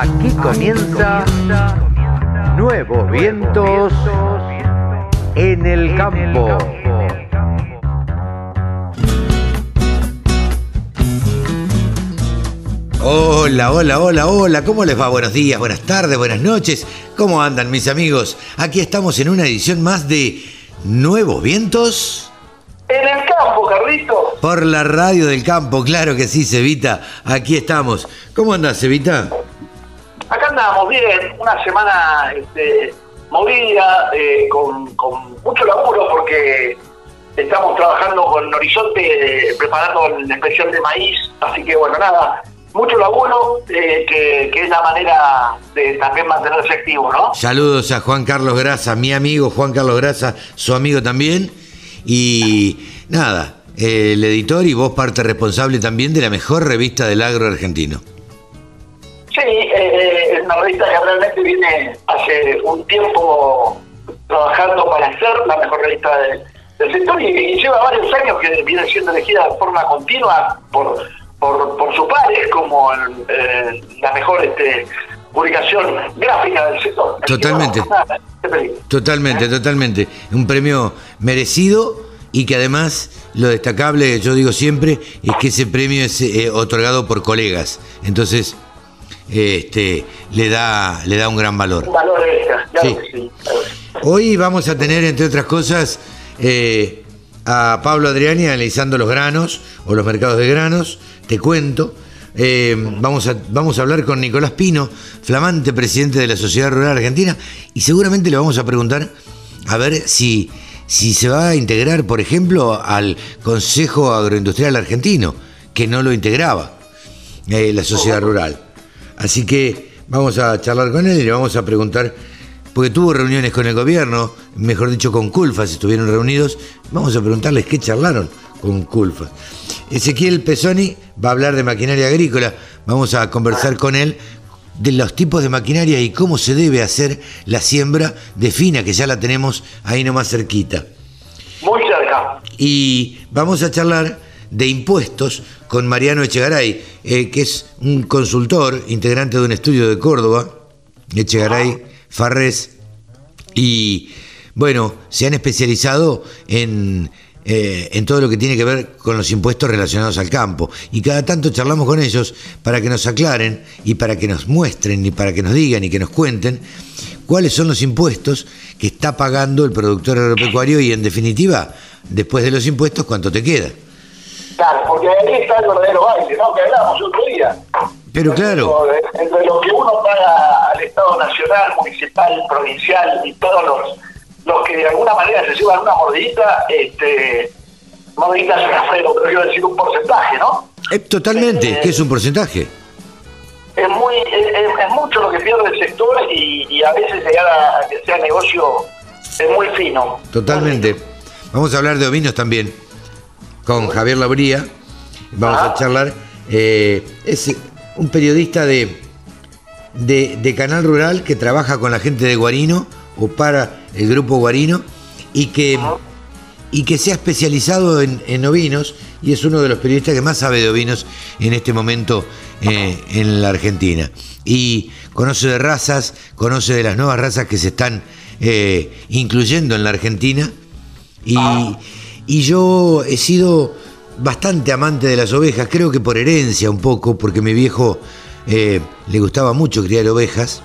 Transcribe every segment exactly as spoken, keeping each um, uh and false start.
Aquí comienza Nuevos Vientos en el Campo. Hola, hola, hola, hola, ¿cómo les va? Buenos días, buenas tardes, buenas noches. ¿Cómo andan mis amigos? Aquí estamos en una edición más de Nuevos Vientos en el Campo, Carlito. Por la radio del campo, claro que sí, Cevita. Aquí estamos. ¿Cómo andás, Cevita? Acá andamos bien, una semana este, movida, eh, con, con mucho laburo porque estamos trabajando con Horizonte, eh, preparando el especial de maíz, así que bueno, nada, mucho laburo, eh, que, que es la manera de también mantenerse activo, ¿no? Saludos a Juan Carlos Grasa, mi amigo Juan Carlos Grasa, su amigo también, y nada, eh, el editor y vos parte responsable también de la mejor revista del agro argentino. Sí, eh, es una revista que realmente viene hace un tiempo trabajando para ser la mejor revista de, del sector y, y lleva varios años que viene siendo elegida de forma continua por, por, por sus pares como eh, la mejor este, publicación gráfica del sector. Totalmente, que, bueno, nada, totalmente, ¿Eh? totalmente. Un premio merecido y que además lo destacable, yo digo siempre, es que ese premio es eh, otorgado por colegas. Entonces... Este, le da le da un gran valor. Un valor extra, claro sí. que sí, claro. Hoy vamos a tener, entre otras cosas, eh, a Pablo Adriani analizando los granos o los mercados de granos. Te cuento. Eh, vamos a vamos a hablar con Nicolás Pino, flamante presidente de la Sociedad Rural Argentina, y seguramente le vamos a preguntar a ver si, si se va a integrar, por ejemplo, al Consejo Agroindustrial Argentino, que no lo integraba eh, la Sociedad Rural. Así que vamos a charlar con él y le vamos a preguntar, porque tuvo reuniones con el gobierno, mejor dicho con Culfas, estuvieron reunidos, vamos a preguntarles qué charlaron con Culfas. Ezequiel Pezzoni va a hablar de maquinaria agrícola, vamos a conversar con él de los tipos de maquinaria y cómo se debe hacer la siembra de fina, que ya la tenemos ahí nomás cerquita. Muy cerca. Y vamos a charlar de impuestos con Mariano Echegaray, eh, que es un consultor, integrante de un estudio de Córdoba, Echegaray, Farrés, y bueno, se han especializado en, eh, en todo lo que tiene que ver con los impuestos relacionados al campo, y cada tanto charlamos con ellos para que nos aclaren y para que nos muestren y para que nos digan y que nos cuenten cuáles son los impuestos que está pagando el productor agropecuario y en definitiva, después de los impuestos, cuánto te queda. Claro, porque ahí está el verdadero baile, ¿no? Que hablábamos otro día. Pero claro. Entre, entre lo que uno paga al Estado nacional, municipal, provincial y todos los, los que de alguna manera se llevan una mordidita, este, mordidita es una freno, pero quiero decir un porcentaje, ¿no? Eh, totalmente, eh, ¿qué es un porcentaje? Es muy es, es mucho lo que pierde el sector y, y a veces llegar a, a que sea negocio es muy fino. Totalmente. Vamos a hablar de ovinos también. Con Javier Labría, vamos ah. a charlar. Eh, es un periodista de, de, de Canal Rural que trabaja con la gente de Guarino o para el grupo Guarino y que, uh-huh. y que se ha especializado en, en ovinos y es uno de los periodistas que más sabe de ovinos en este momento eh, en la Argentina. Y conoce de razas, conoce de las nuevas razas que se están eh, incluyendo en la Argentina y... Uh-huh. Y yo he sido bastante amante de las ovejas, creo que por herencia un poco, porque a mi viejo eh, le gustaba mucho criar ovejas.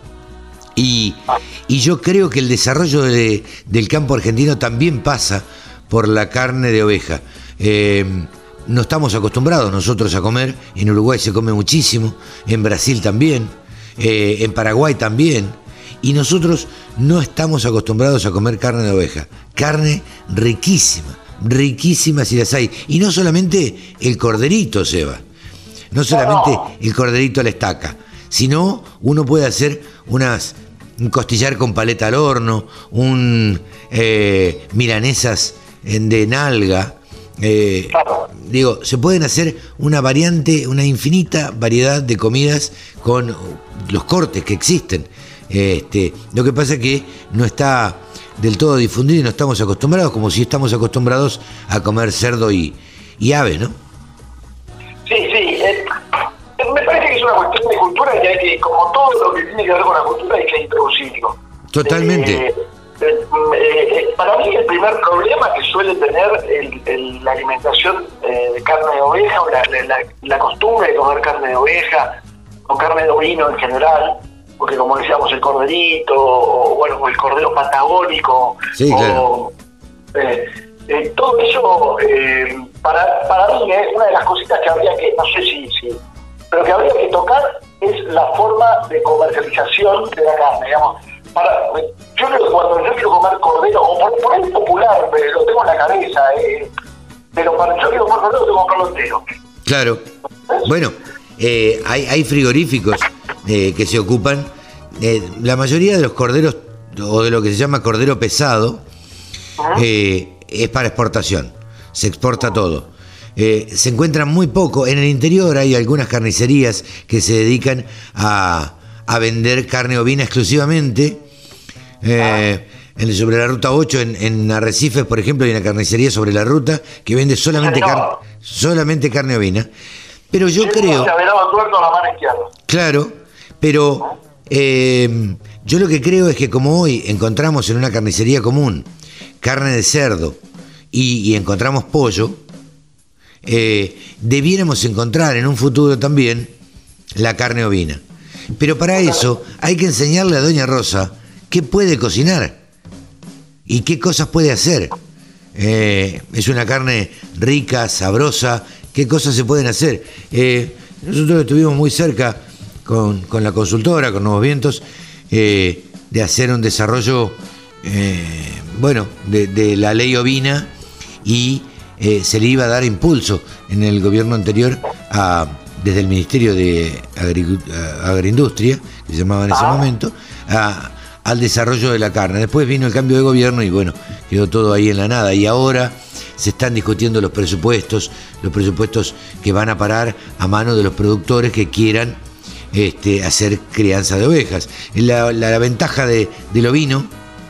Y, y yo creo que el desarrollo de, del campo argentino también pasa por la carne de oveja. Eh, no estamos acostumbrados nosotros a comer, en Uruguay se come muchísimo, en Brasil también, eh, en Paraguay también. Y nosotros no estamos acostumbrados a comer carne de oveja. Carne riquísima, riquísima si las hay. Y no solamente el corderito, Seba. No solamente el corderito a la estaca. Sino uno puede hacer unas, un costillar con paleta al horno, un eh, milanesas de nalga. Eh, digo, se pueden hacer una variante, una infinita variedad de comidas con los cortes que existen. Este, lo que pasa es que no está del todo difundido y no estamos acostumbrados, como si estamos acostumbrados a comer cerdo y, y ave, ¿no? Sí, sí. Eh, me parece que es una cuestión de cultura cultura que hay que, como todo lo que tiene que ver con la cultura, hay que introducirlo. Totalmente. Eh, eh, eh, para mí el primer problema que suele tener el, el, la alimentación eh, de carne de oveja, o la, la, la costumbre de comer carne de oveja, o carne de ovino en general, porque como decíamos el corderito, o bueno, el cordero patagónico, sí, o, claro. eh, eh, todo eso, eh, para, para mí, eh, una de las cositas que habría que, no sé si, si, pero que habría que tocar es la forma de comercialización de la carne, digamos. Para, yo creo que cuando yo quiero comer cordero, o por, por ahí es popular, pero lo tengo en la cabeza, eh, pero para yo quiero comer cordero, tengo que comprarlo entero. Claro. Bueno, eh, hay, hay frigoríficos eh, que se ocupan. Eh, la mayoría de los corderos, o de lo que se llama cordero pesado, eh, es para exportación. Se exporta todo. Eh, se encuentran muy poco. En el interior hay algunas carnicerías que se dedican a, a vender carne ovina exclusivamente. Eh, en, sobre la ruta ocho, en, en Arrecifes, por ejemplo, hay una carnicería sobre la ruta que vende solamente, car solamente carne ovina. Pero yo sí, creo... Se averaba tuerto a la mano izquierda. Claro, pero eh, yo lo que creo es que como hoy encontramos en una carnicería común carne de cerdo y, y encontramos pollo, eh, debiéramos encontrar en un futuro también la carne ovina. Pero para eso hay que enseñarle a Doña Rosa qué puede cocinar y qué cosas puede hacer. Eh, es una carne rica, sabrosa, qué cosas se pueden hacer. Eh, nosotros estuvimos muy cerca con, con la consultora, con Nuevos Vientos, eh, de hacer un desarrollo, eh, bueno, de, de la ley ovina, y eh, se le iba a dar impulso en el gobierno anterior a, desde el Ministerio de Agri Agroindustria, que se llamaba en ese momento, a, al desarrollo de la carne. Después vino el cambio de gobierno y bueno, quedó todo ahí en la nada. Y ahora se están discutiendo los presupuestos, los presupuestos que van a parar a mano de los productores que quieran este, hacer crianza de ovejas. La, la, la ventaja de, del ovino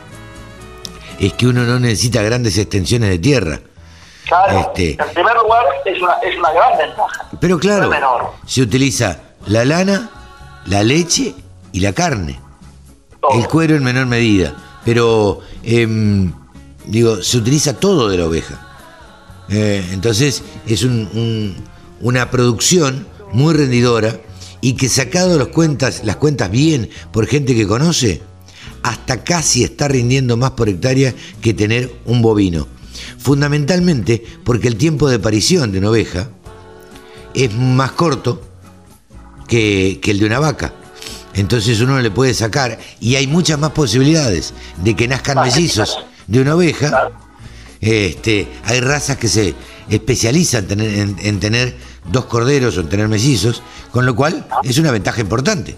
es que uno no necesita grandes extensiones de tierra. Claro, este, en primer lugar es una, es una gran ventaja. Pero claro, no se utiliza la lana, la leche y la carne. Todo. El cuero en menor medida. Pero, eh, digo, se utiliza todo de la oveja. Eh, entonces es un, un, una producción muy rendidora, y que sacado las cuentas, las cuentas bien por gente que conoce, hasta casi está rindiendo más por hectárea que tener un bovino. Fundamentalmente porque el tiempo de parición de una oveja es más corto que, que el de una vaca. Entonces uno le puede sacar, y hay muchas más posibilidades de que nazcan mellizos de una oveja. Este, hay razas que se especializan en, en, en tener dos corderos o en tener mellizos, con lo cual es una ventaja importante.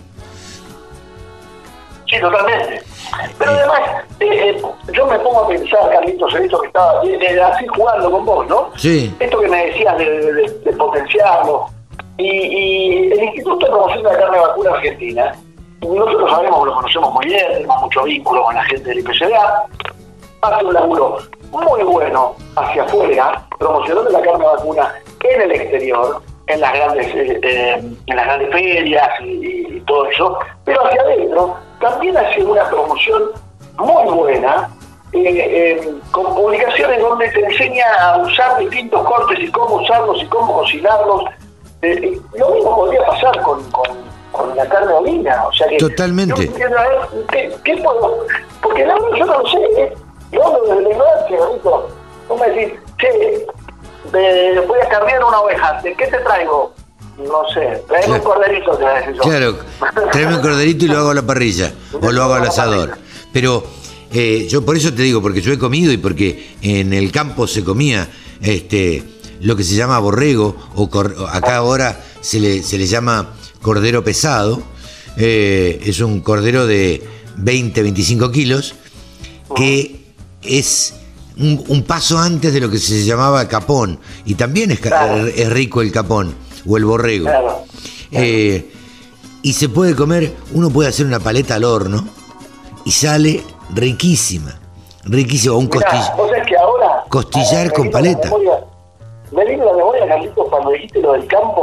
Sí, totalmente. Pero además, eh, eh, yo me pongo a pensar, Carlitos, en esto que estaba eh, así jugando con vos, ¿no? Sí. Esto que me decías de, de, de potenciarlo. Y, y el Instituto de Promoción de la Carne Vacuna Argentina, nosotros sabemos que lo conocemos muy bien, tenemos mucho vínculo con la gente del I P C D A, hace un laburo muy bueno hacia afuera, promocionando la carne vacuna en el exterior, en las grandes eh, eh, en las grandes ferias y, y todo eso, pero hacia adentro también hace una promoción muy buena, eh, eh, con publicaciones donde te enseña a usar distintos cortes y cómo usarlos y cómo cocinarlos. Eh, eh, lo mismo podría pasar con, con, con la carne ovina, o sea que totalmente. Yo quiero saber qué, qué puedo, porque la verdad yo no lo sé, ¿eh? Yo hablo desde la ignorancia, bonito. Tú me decís, che, de, voy a carnear una oveja, ¿de qué te traigo? No sé, traeme claro. un corderito, te voy a decir yo. Claro, tráeme un corderito y lo hago a la parrilla, o lo hago al asador. Pero eh, yo por eso te digo, porque yo he comido, y porque en el campo se comía este lo que se llama borrego, o cor, acá ahora se le, se le llama cordero pesado. Eh, es un cordero de veinte, veinticinco kilos, que es un, un paso antes de lo que se llamaba capón, y también es, claro. es rico el capón o el borrego. Claro, claro. Eh, y se puede comer, uno puede hacer una paleta al horno y sale riquísima, riquísima. Un Mirá, costillar, ¿vos sabés que ahora, costillar eh, con paleta. Memoria, me vino la memoria, Carlitos, cuando dijiste lo del campo,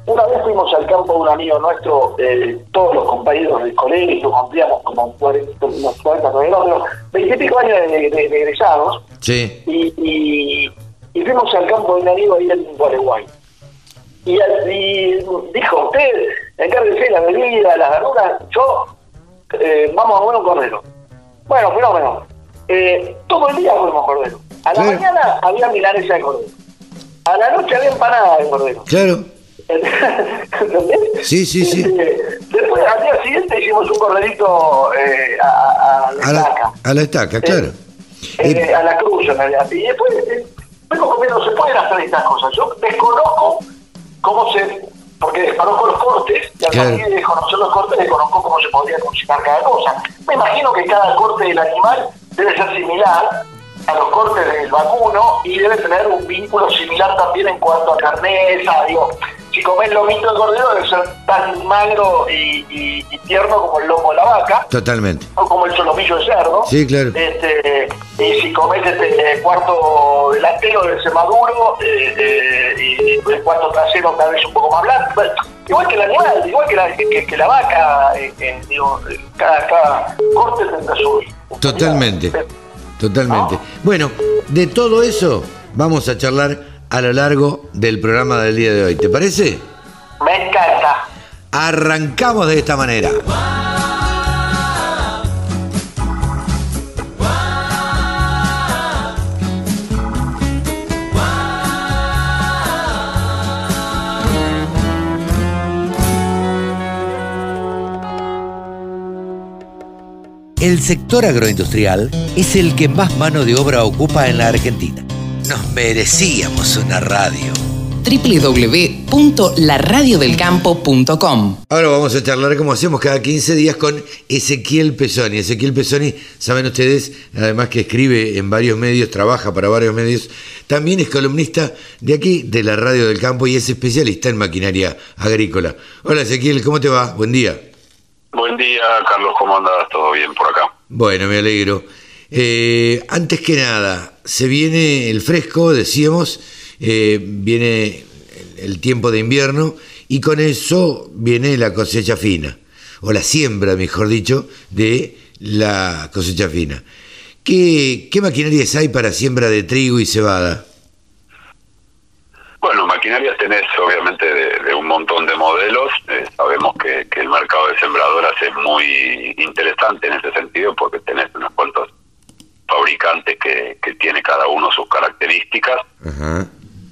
una vez fuimos al campo de un amigo nuestro, eh, todos los compañeros del colegio, cumplíamos como cuarenta, unos cuarenta, veinte y pico años de, de, de egresados, Sí. y, y, y fuimos al campo de un amigo ahí en Gualeguay. Y, y dijo, usted, encárguese la bebida, las verduras, yo, eh, vamos a comer un cordero. Bueno, fenómeno. Eh, todo el día comemos cordero. A la Claro. mañana había milanesa de cordero. A la noche había empanada de cordero. Claro. ¿Entendés? Sí, sí, sí. Eh, después, al día siguiente, hicimos un corderito eh, a, a, a la A la, estaca. a la estaca, claro. Eh, Eh, a la cruz, en realidad. Y después, eh, vengo comiendo, se pueden hacer estas cosas. Yo desconozco cómo se... Porque desconozco los cortes, y al Claro. partir de desconocer los cortes, desconozco cómo se podría cocinar cada cosa. Me imagino que cada corte del animal debe ser similar a los cortes del vacuno y debe tener un vínculo similar también en cuanto a carneza. Digo, si comés lomito de cordero debe ser tan magro y, y, y tierno como el lomo de la vaca, totalmente. o como el solomillo de cerdo. Sí, claro. Este, y si comés este cuarto delantero debe ser maduro, eh, eh, y el cuarto trasero tal vez un poco más blando. Bueno, igual que el animal, igual que la, que, que la vaca, eh, eh, digo, cada, cada corte tendrá su... Totalmente. Totalmente. Bueno, de todo eso vamos a charlar a lo largo del programa del día de hoy. ¿Te parece? Me encanta. Arrancamos de esta manera. El sector agroindustrial es el que más mano de obra ocupa en la Argentina. Nos merecíamos una radio. doble u doble u doble u punto la radio del campo punto com. Ahora vamos a charlar como hacemos cada quince días con Ezequiel Pesoni. Ezequiel Pesoni, saben ustedes, además que escribe en varios medios, trabaja para varios medios, también es columnista de aquí, de la Radio del Campo, y es especialista en maquinaria agrícola. Hola Ezequiel, ¿cómo te va? Buen día. Buen día, Carlos, ¿cómo andás? ¿Todo bien por acá? Bueno, me alegro. Eh, antes que nada, se viene el fresco, decíamos, eh, viene el tiempo de invierno y con eso viene la cosecha fina, o la siembra, mejor dicho, de la cosecha fina. ¿Qué, qué maquinarias hay para siembra de trigo y cebada? Bueno, maquinarias tenés obviamente de, de un montón de modelos. Eh, sabemos que, que el mercado de sembradoras es muy interesante en ese sentido porque tenés unos cuantos fabricantes que, que tiene cada uno sus características. Ajá.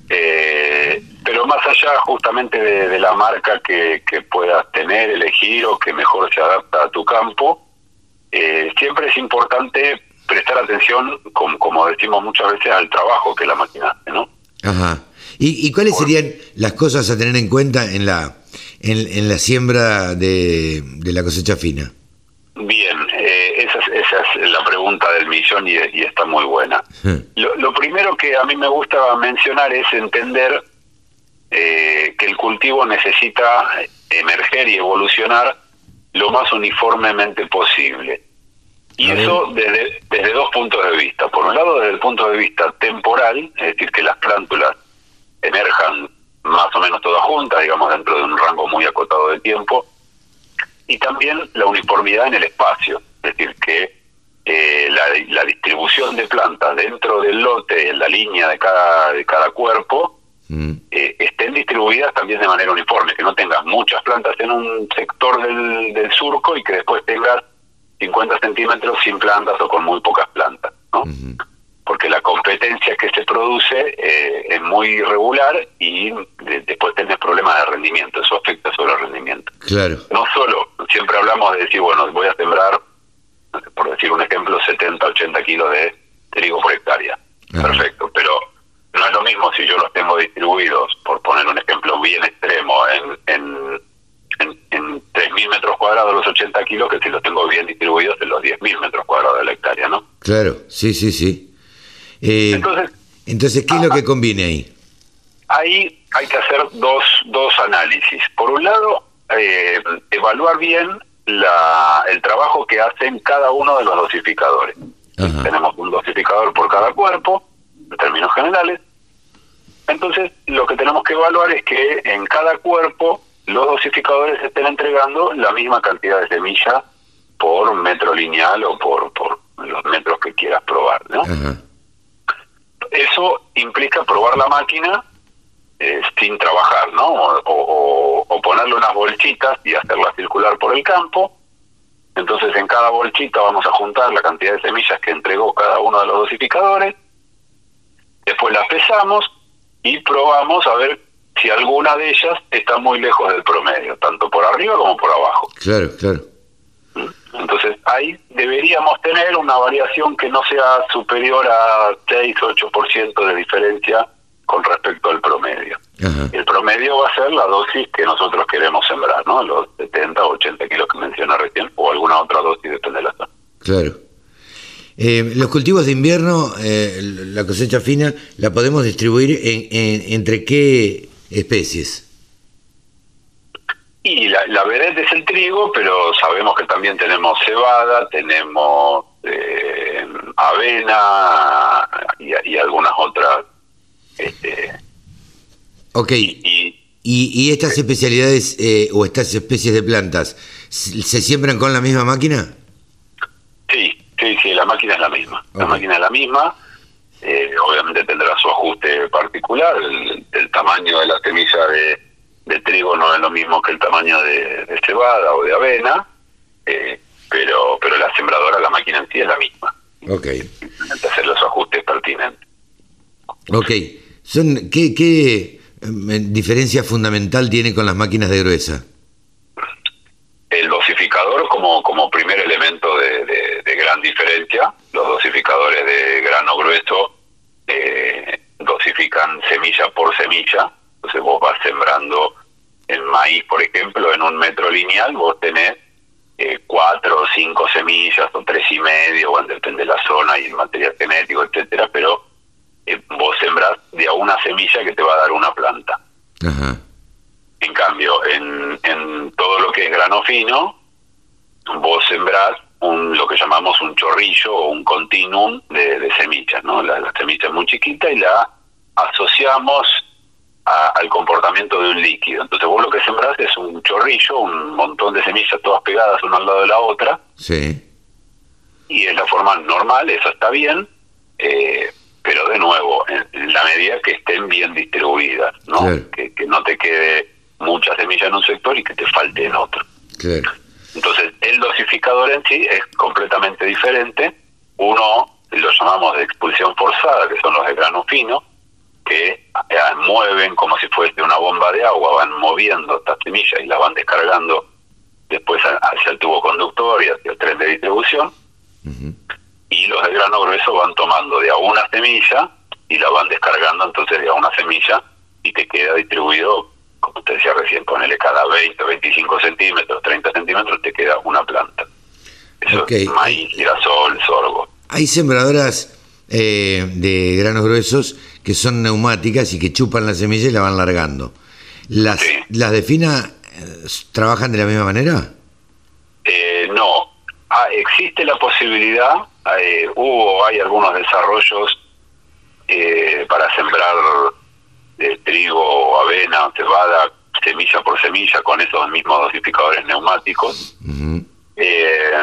Eh, pero más allá justamente de, de la marca que, que puedas tener, elegir o que mejor se adapta a tu campo, eh, siempre es importante prestar atención, como, como decimos muchas veces, al trabajo que la máquina hace, ¿no? Ajá. ¿Y, y cuáles serían las cosas a tener en cuenta en la en, en la siembra de, de la cosecha fina? Bien, eh, esa, es, esa es la pregunta del millón y, y está muy buena. Lo, lo primero que a mí me gusta mencionar es entender eh, que el cultivo necesita emerger y evolucionar lo más uniformemente posible. Y A ver. eso desde, desde dos puntos de vista. Por un lado, desde el punto de vista temporal, es decir, que las plántulas emerjan más o menos todas juntas, digamos, dentro de un rango muy acotado de tiempo, y también la uniformidad en el espacio, es decir, que eh, la, la distribución de plantas dentro del lote, en la línea de cada, de cada cuerpo, Mm. eh, estén distribuidas también de manera uniforme, que no tengas muchas plantas en un sector del, del surco y que después tengas cincuenta centímetros sin plantas o con muy pocas plantas, ¿no? Ujú. Porque la competencia que se produce eh, es muy irregular y de, después tenés problemas de rendimiento, eso afecta sobre el rendimiento. Claro. No solo, siempre hablamos de decir, bueno, voy a sembrar, no sé, por decir un ejemplo, setenta, ochenta kilos de trigo por hectárea. Ajá. Perfecto, pero no es lo mismo si yo los tengo distribuidos, por poner un ejemplo bien extremo, en, en, en, en tres mil metros cuadrados los ochenta kilos, que si los tengo bien distribuidos en los diez mil metros cuadrados de la hectárea, ¿no? Claro, sí, sí, sí. Eh, Entonces, entonces, ¿qué es lo que conviene ahí? ahí hay que hacer dos, dos análisis. Por un lado, eh, evaluar bien la, el trabajo que hacen cada uno de los dosificadores. Ajá. Tenemos un dosificador por cada cuerpo, en términos generales. Entonces, lo que tenemos que evaluar es que en cada cuerpo los dosificadores estén entregando la misma cantidad de semilla por metro lineal o por, por los metros que quieras probar, ¿no? Ajá. Eso implica probar la máquina eh, sin trabajar, ¿no? O, o, o ponerle unas bolsitas y hacerla circular por el campo. Entonces, en cada bolsita vamos a juntar la cantidad de semillas que entregó cada uno de los dosificadores. Después las pesamos y probamos a ver si alguna de ellas está muy lejos del promedio, tanto por arriba como por abajo. Claro, claro. Entonces ahí deberíamos tener una variación que no sea superior a seis o ocho por ciento de diferencia con respecto al promedio. Ajá. El promedio va a ser la dosis que nosotros queremos sembrar, ¿no? Los setenta o ochenta kilos que mencioné recién, o alguna otra dosis, depende de la zona. Claro. Eh, los cultivos de invierno, eh, la cosecha fina, ¿la podemos distribuir en, en, entre qué especies? Y la, la vedette es el trigo, pero sabemos que también tenemos cebada, tenemos eh, avena y, y algunas otras. Este, Ok. y, ¿Y, y estas especialidades eh, o estas especies de plantas se siembran con la misma máquina? Sí, sí, sí, la máquina es la misma. La Ok. máquina es la misma. Eh, obviamente tendrá su ajuste particular. El, el tamaño de la semilla de, de trigo no es lo mismo que el tamaño de, de cebada o de avena, eh, pero pero la sembradora, la máquina en sí es la misma. Ok. Simplemente hacer los ajustes pertinentes. Ok. Son, ¿qué, qué eh, diferencia fundamental tiene con las máquinas de gruesa? El dosificador como como primer elemento de, de, de gran diferencia. Los dosificadores de grano grueso eh, dosifican semilla por semilla. Entonces vos vas sembrando en maíz, por ejemplo, en un metro lineal, vos tenés eh, cuatro o cinco semillas, o tres y medio, bueno, depende de la zona y el material genético, etcétera, pero eh, vos sembrás de a una semilla que te va a dar una planta. Ajá. En cambio, en, en todo lo que es grano fino, vos sembrás un, lo que llamamos un chorrillo o un continuum de, de semillas, ¿no? La, la semilla es muy chiquita y la asociamos a, al comportamiento de un líquido. Entonces vos lo que sembrás es un chorrillo, un montón de semillas todas pegadas una al lado de la otra, Sí. y es la forma normal, eso está bien, eh, pero de nuevo, en, en la medida que estén bien distribuidas, ¿no? Claro. Que, que no te quede mucha semilla en un sector y que te falte en otro. Claro. Entonces, el dosificador en sí es completamente diferente. Uno lo llamamos de expulsión forzada, que son los de grano fino, que eh, mueven como si fuese una bomba de agua, van moviendo estas semillas y las van descargando después a- hacia el tubo conductor y hacia el tren de distribución. Ujú. Y los de grano grueso van tomando de a una semilla y la van descargando entonces de a una semilla y te queda distribuido, como te decía recién, ponele cada veinte, veinticinco centímetros, treinta centímetros, te queda una planta. Eso Ok. es maíz, girasol, sorgo. Hay sembradoras eh, de granos gruesos que son neumáticas y que chupan la semilla y la van largando. ¿Las, Sí. las de fina eh, trabajan de la misma manera? Eh, no, ah, existe la posibilidad, eh, hubo, hay algunos desarrollos eh, para sembrar eh, trigo, avena, cebada, semilla por semilla, con esos mismos dosificadores neumáticos, Ujú. eh,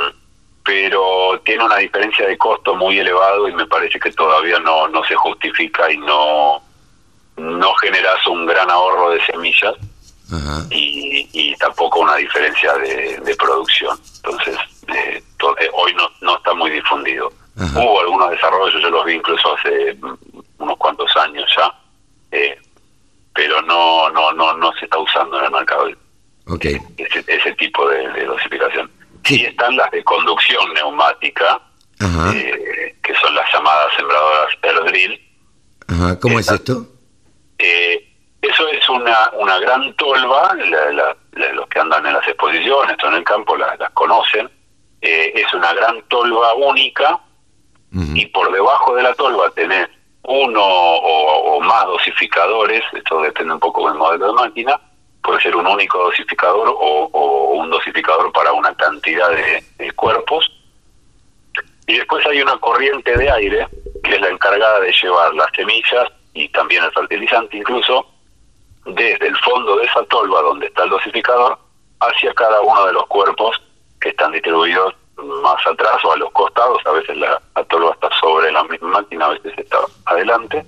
pero tiene una diferencia de costo muy elevado y me parece que todavía no, no se justifica y no, no generas un gran ahorro de semillas. Ajá. Y, y tampoco una diferencia de, de producción. Entonces, eh, to- eh, hoy no, no está muy difundido. Ajá. Hubo algunos desarrollos, yo los vi incluso hace mm, unos cuantos años ya, eh, pero no no no no se está usando en el mercado Ok. ese, ese tipo de, de dosificación. Sí. Sí están las de conducción neumática, Ajá. eh, que son las llamadas sembradoras air drill. Ajá. ¿Cómo es Esta- esto? Eh, eso es una una gran tolva, la- la- la- los que andan en las exposiciones o en el campo las, las conocen. Eh, es una gran tolva única Ujú. y por debajo de la tolva tenés uno o, o más dosificadores, esto depende un poco del modelo de máquina, puede ser un único dosificador o, o un dosificador para una cantidad de, de cuerpos. Y después hay una corriente de aire que es la encargada de llevar las semillas y también el fertilizante incluso, desde el fondo de esa tolva donde está el dosificador hacia cada uno de los cuerpos que están distribuidos más atrás o a los costados. A veces la, la tolva está sobre la misma máquina, a veces está adelante.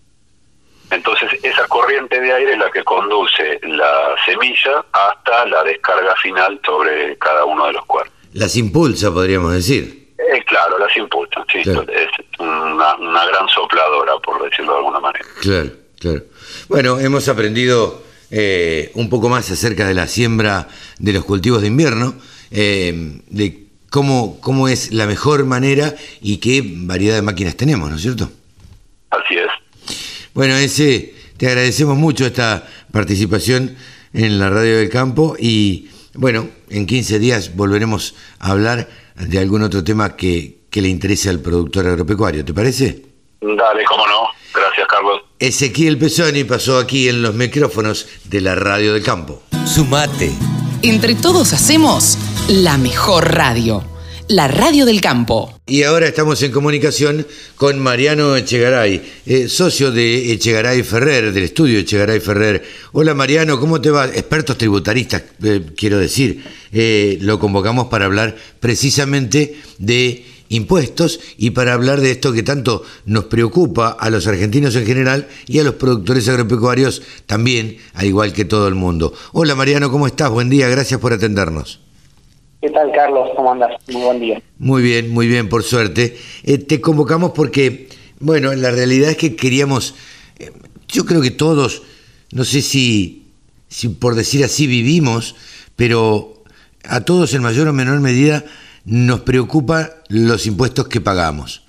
Entonces esa corriente de aire es la que conduce la semilla hasta la descarga final sobre cada uno de los cuerpos. Las impulsa, podríamos decir. Eh, claro, las impulsa, sí. Claro. Es una, una gran sopladora, por decirlo de alguna manera. Claro, claro. Bueno, hemos aprendido eh, un poco más acerca de la siembra de los cultivos de invierno, eh, de cómo, cómo es la mejor manera y qué variedad de máquinas tenemos, ¿no es cierto? Así es. Bueno, ese, te agradecemos mucho esta participación en la Radio del Campo y, bueno, en quince días volveremos a hablar de algún otro tema que, que le interese al productor agropecuario, ¿te parece? Dale, cómo no. Gracias, Carlos. Ezequiel Pesoni pasó aquí en los micrófonos de la Radio del Campo. Sumate. Entre todos hacemos la mejor radio. La Radio del Campo. Y ahora estamos en comunicación con Mariano Echegaray, eh, socio de Echegaray Ferrer, del estudio Echegaray Ferrer. Hola Mariano, ¿cómo te va? Expertos tributaristas, eh, quiero decir. Eh, lo convocamos para hablar precisamente de impuestos y para hablar de esto que tanto nos preocupa a los argentinos en general y a los productores agropecuarios también, al igual que todo el mundo. Hola Mariano, ¿cómo estás? Buen día, gracias por atendernos. ¿Qué tal, Carlos? ¿Cómo andas? Muy buen día. Muy bien, muy bien, por suerte. Eh, te convocamos porque, bueno, la realidad es que queríamos, eh, yo creo que todos, no sé si, si por decir así vivimos, pero a todos en mayor o menor medida nos preocupa los impuestos que pagamos.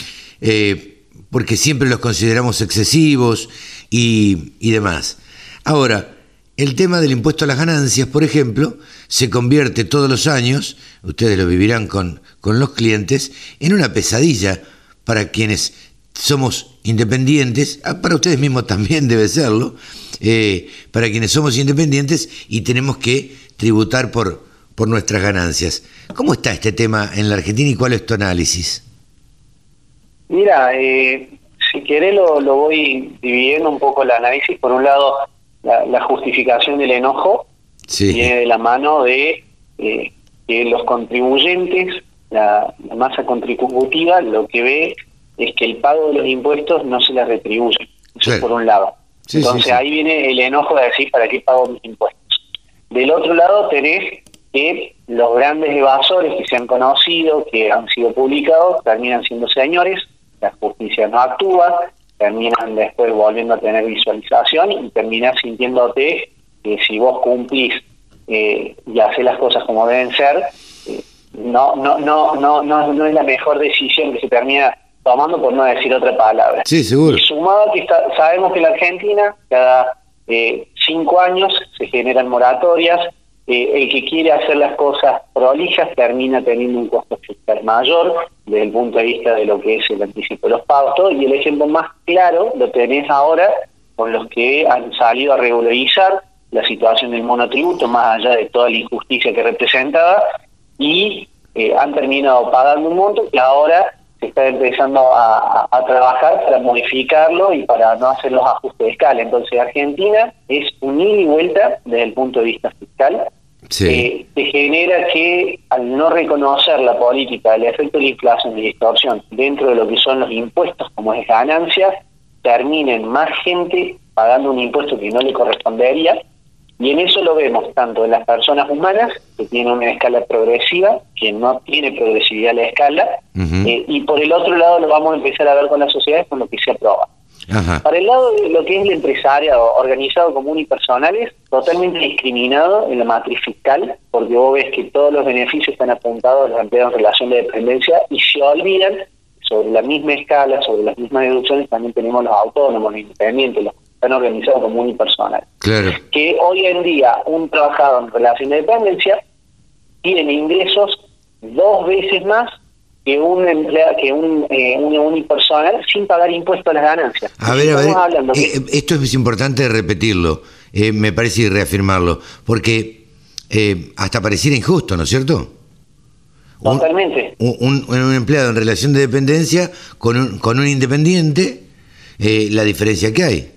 Eh, porque siempre los consideramos excesivos y, y demás. Ahora, el tema del impuesto a las ganancias, por ejemplo, se convierte todos los años, ustedes lo vivirán con, con los clientes, en una pesadilla para quienes somos independientes, para ustedes mismos también debe serlo, eh, para quienes somos independientes y tenemos que tributar por, por nuestras ganancias. ¿Cómo está este tema en la Argentina y cuál es tu análisis? Mira, eh, si querés lo, lo voy dividiendo un poco el análisis. Por un lado, La, la justificación del enojo sí. viene de la mano de eh, que los contribuyentes, la, la masa contributiva, lo que ve es que el pago de los impuestos no se les retribuye. Eso sí. por un lado. Sí, Entonces sí, sí. ahí viene el enojo de decir, ¿para qué pago mis impuestos? Del otro lado tenés que los grandes evasores que se han conocido, que han sido publicados, terminan siendo señores, la justicia no actúa, terminan después volviendo a tener visualización y terminás sintiéndote que si vos cumplís eh, y haces las cosas como deben ser, eh, no, no, no, no, no, no es la mejor decisión que se termina tomando, por no decir otra palabra. Sí, seguro. Y sumado que está, sabemos que en la Argentina cada eh, cinco años se generan moratorias. Eh, el que quiere hacer las cosas prolijas termina teniendo un costo fiscal mayor desde el punto de vista de lo que es el anticipo de los pagos, todo, y el ejemplo más claro lo tenés ahora con los que han salido a regularizar la situación del monotributo, más allá de toda la injusticia que representaba, y eh, han terminado pagando un monto que ahora se está empezando a, a, a trabajar para modificarlo y para no hacer los ajustes de escala. Entonces Argentina es un ida y vuelta desde el punto de vista fiscal. Sí. Eh, te genera que al no reconocer la política, el efecto de la inflación y la distorsión dentro de lo que son los impuestos como es ganancias, terminen más gente pagando un impuesto que no le correspondería, y en eso lo vemos tanto en las personas humanas, que tienen una escala progresiva, que no tiene progresividad la escala, uh-huh. eh, y por el otro lado lo vamos a empezar a ver con las sociedades con lo que se aprueba. Ajá. Para el lado de lo que es el empresariado organizado, común y personales, totalmente discriminado en la matriz fiscal, porque vos ves que todos los beneficios están apuntados a los empleados en relación de dependencia y se olvidan sobre la misma escala, sobre las mismas deducciones, también tenemos los autónomos, los independientes, los que están organizados como unipersonal. Claro. Que hoy en día un trabajador en relación de dependencia tiene ingresos dos veces más que un empleado, que un, eh, un unipersonal sin pagar impuestos a las ganancias. A ver, a ver, eh, que... esto es importante repetirlo, eh, me parece, y reafirmarlo, porque eh, hasta pareciera injusto, ¿no es cierto? Totalmente. Un, un, un empleado en relación de dependencia con un, con un independiente eh, la diferencia que hay.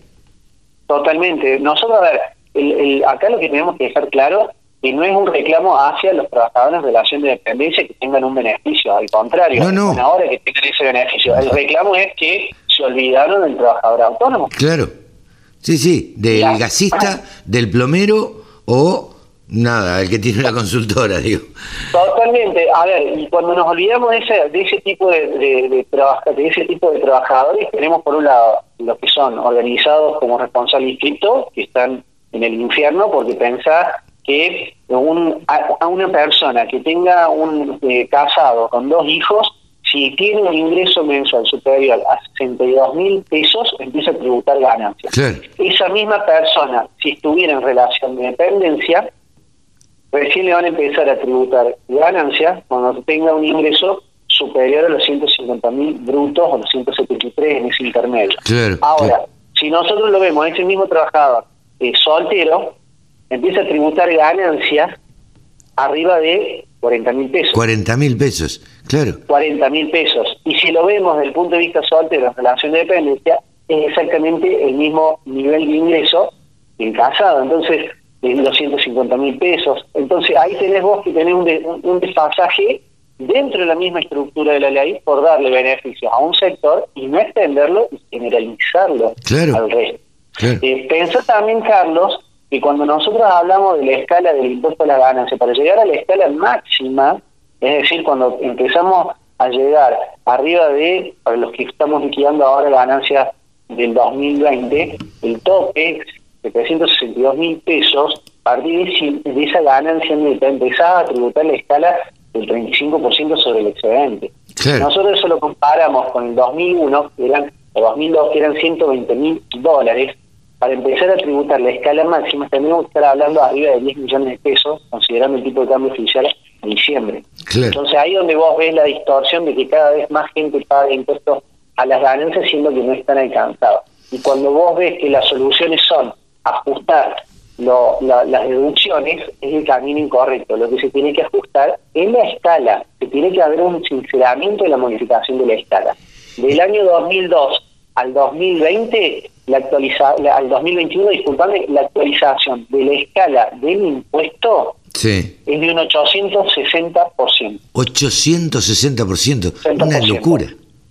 Totalmente. Nosotros, a ver, el, el, acá lo que tenemos que dejar claro que no es un reclamo hacia los trabajadores en relación de dependencia que tengan un beneficio, al contrario, no, no. es ahora que tengan ese beneficio. El reclamo es que se olvidaron del trabajador autónomo. Claro, sí, sí, del La... gasista, del plomero o nada, el que tiene una consultora, digo. Totalmente. A ver, y cuando nos olvidamos de ese, de ese tipo de, de, de, trabaja, de ese tipo de trabajadores, tenemos por un lado los que son organizados como responsable inscripto, que están en el infierno, porque pensá que un, a, a una persona que tenga un eh, casado con dos hijos, si tiene un ingreso mensual superior a sesenta y dos mil pesos, empieza a tributar ganancias. Claro. Esa misma persona, si estuviera en relación de dependencia, recién le van a empezar a tributar ganancias cuando tenga un ingreso superior a los ciento cincuenta mil brutos o los ciento setenta y tres en ese intermedio. Claro, Ahora, claro. si nosotros lo vemos, ese mismo trabajador eh, soltero, empieza a tributar ganancias arriba de cuarenta mil pesos. cuarenta mil pesos, claro. cuarenta mil pesos. Y si lo vemos desde el punto de vista soltero en relación de dependencia, es exactamente el mismo nivel de ingreso que el casado. Entonces, en los ciento cincuenta mil pesos. Entonces, ahí tenés vos que tenés un, de, un, un desfasaje dentro de la misma estructura de la ley por darle beneficios a un sector y no extenderlo y generalizarlo claro. al resto. Claro. Eh, pensá también, Carlos, que cuando nosotros hablamos de la escala del impuesto a la ganancia, para llegar a la escala máxima, es decir, cuando empezamos a llegar arriba de, para los que estamos liquidando ahora ganancias del dos mil veinte, el tope de trescientos sesenta y dos mil pesos, a partir de, de esa ganancia neta empezaba a tributar la escala del treinta y cinco por ciento sobre el excedente. Claro. Nosotros eso lo comparamos con el dos mil uno, que eran, o dos mil dos, que eran ciento veinte mil dólares. Para empezar a tributar la escala máxima, tendríamos que estar hablando arriba de diez millones de pesos, considerando el tipo de cambio oficial en diciembre. Claro. Entonces ahí donde vos ves la distorsión de que cada vez más gente paga impuestos a las ganancias, siendo que no están alcanzados. Y cuando vos ves que las soluciones son ajustar lo, la, las deducciones, es el camino incorrecto. Lo que se tiene que ajustar es la escala, que tiene que haber un sinceramiento de la modificación de la escala. Del año dos mil dos al dos mil veinte, la actualiza, la, al dos mil veintiuno, disculpame, la actualización de la escala del impuesto sí. es de un ochocientos sesenta por ciento. ochocientos sesenta por ciento, sesenta por ciento. Una locura.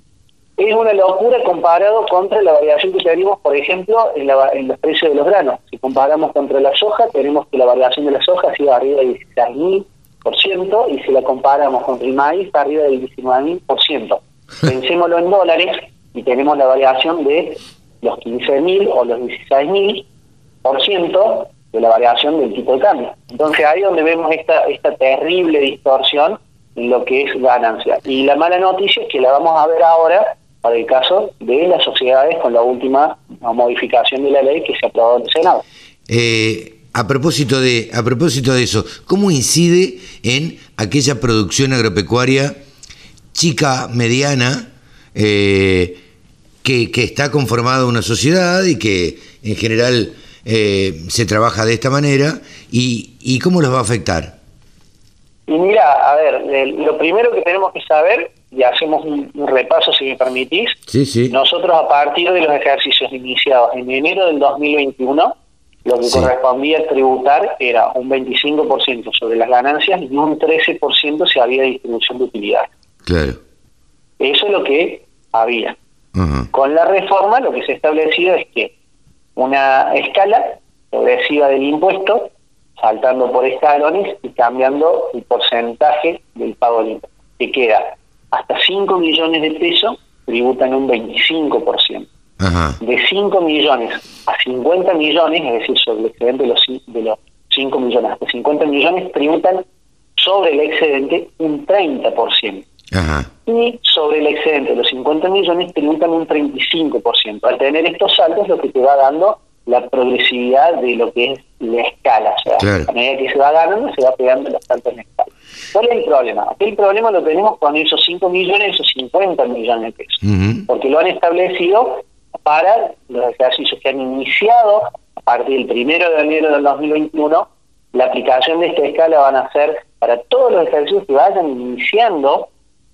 Es una locura comparado contra la variación que tenemos, por ejemplo, en, la, en los precios de los granos. Si comparamos contra la soja, tenemos que la variación de la soja ha sido arriba del dieciséis mil por ciento, y si la comparamos contra el maíz, está arriba del diecinueve mil por ciento. Pensémoslo en dólares, y tenemos la variación de los quince mil o los dieciséis mil por ciento de la variación del tipo de cambio. Entonces ahí es donde vemos esta, esta terrible distorsión en lo que es ganancia. Y la mala noticia es que la vamos a ver ahora para el caso de las sociedades con la última modificación de la ley que se aprobó en el Senado. Eh, a propósito de, a propósito de eso, ¿cómo incide en aquella producción agropecuaria chica, mediana, eh, que, que está conformada una sociedad y que en general eh, se trabaja de esta manera, y, y cómo los va a afectar? Y mira, a ver, lo primero que tenemos que saber, y hacemos un, un repaso si me permitís, sí, sí. Nosotros a partir de los ejercicios iniciados en enero del dos mil veintiuno, lo que sí. correspondía tributar era un veinticinco por ciento sobre las ganancias y un trece por ciento si había distribución de utilidades. Claro. Eso es lo que había. Uh-huh. Con la reforma lo que se ha establecido es que una escala progresiva del impuesto, saltando por escalones y cambiando el porcentaje del pago del impuesto, que queda hasta cinco millones de pesos, tributan un veinticinco por ciento. Uh-huh. De cinco millones a cincuenta millones, es decir, sobre el excedente de los, de los cinco millones hasta cincuenta millones, tributan sobre el excedente un treinta por ciento. Uh-huh. Y sobre el excedente de los cincuenta millones tributan un treinta y cinco por ciento. Al tener estos saltos, lo que te va dando la progresividad de lo que es la escala. O sea, claro. a medida que se va ganando, se va pegando los saltos en la escala. ¿Cuál es el problema? Aquí el problema lo tenemos con esos cinco millones, esos cincuenta millones de pesos. Uh-huh. Porque lo han establecido para los ejercicios que han iniciado a partir del primero de enero del dos mil veintiuno. La aplicación de esta escala van a ser para todos los ejercicios que vayan iniciando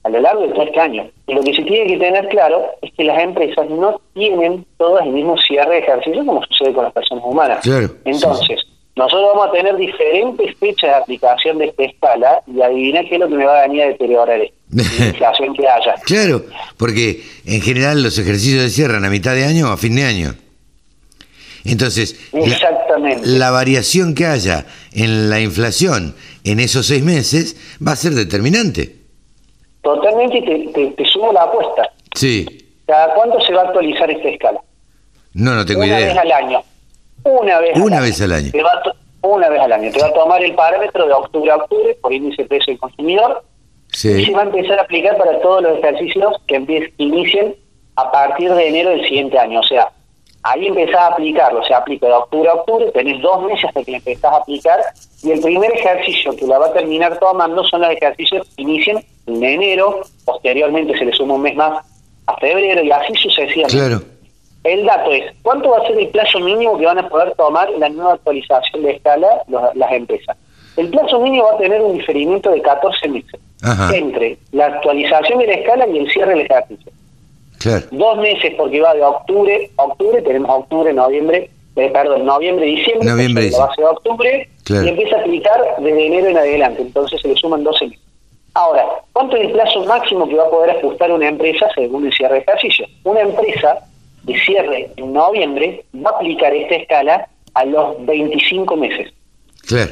a lo largo de todo este año. Y lo que se tiene que tener claro es que las empresas no tienen todas el mismo cierre de ejercicio como sucede con las personas humanas. Claro, Entonces, sí. nosotros vamos a tener diferentes fechas de aplicación de esta escala y adivina qué es lo que me va a venir a deteriorar esto, la inflación que haya. Claro, porque en general los ejercicios se cierran a mitad de año o a fin de año. Entonces, Exactamente. La, la variación que haya en la inflación en esos seis meses va a ser determinante. Totalmente, y te, te, te sumo la apuesta. Sí. ¿Cada cuánto se va a actualizar esta escala? No, no tengo Una idea. vez al año. Una vez Una al vez año. al año. Te va a to- una vez al año. Te va a tomar el parámetro de octubre a octubre por índice de precio del consumidor y Sí. se va a empezar a aplicar para todos los ejercicios que empie- inicien a partir de enero del siguiente año. O sea, ahí empezás a aplicarlo. Se aplica de octubre a octubre, tenés dos meses hasta que le empezás a aplicar y el primer ejercicio que la va a terminar tomando son los ejercicios que inician en enero, posteriormente se le suma un mes más a febrero y así sucesivamente. Claro. El dato es, ¿cuánto va a ser el plazo mínimo que van a poder tomar la nueva actualización de escala los, las empresas? El plazo mínimo va a tener un diferimiento de catorce meses Ajá. entre la actualización de la escala y el cierre del ejercicio. Claro. Dos meses porque va de octubre a octubre, tenemos octubre, noviembre, eh, perdón, noviembre, diciembre, Noviembre, la base de octubre, Claro. y empieza a aplicar desde enero en adelante, entonces se le suman doce meses. Ahora, ¿cuánto es el plazo máximo que va a poder ajustar una empresa según el cierre de ejercicio? Una empresa de cierre en noviembre va a aplicar esta escala a los veinticinco meses. Claro.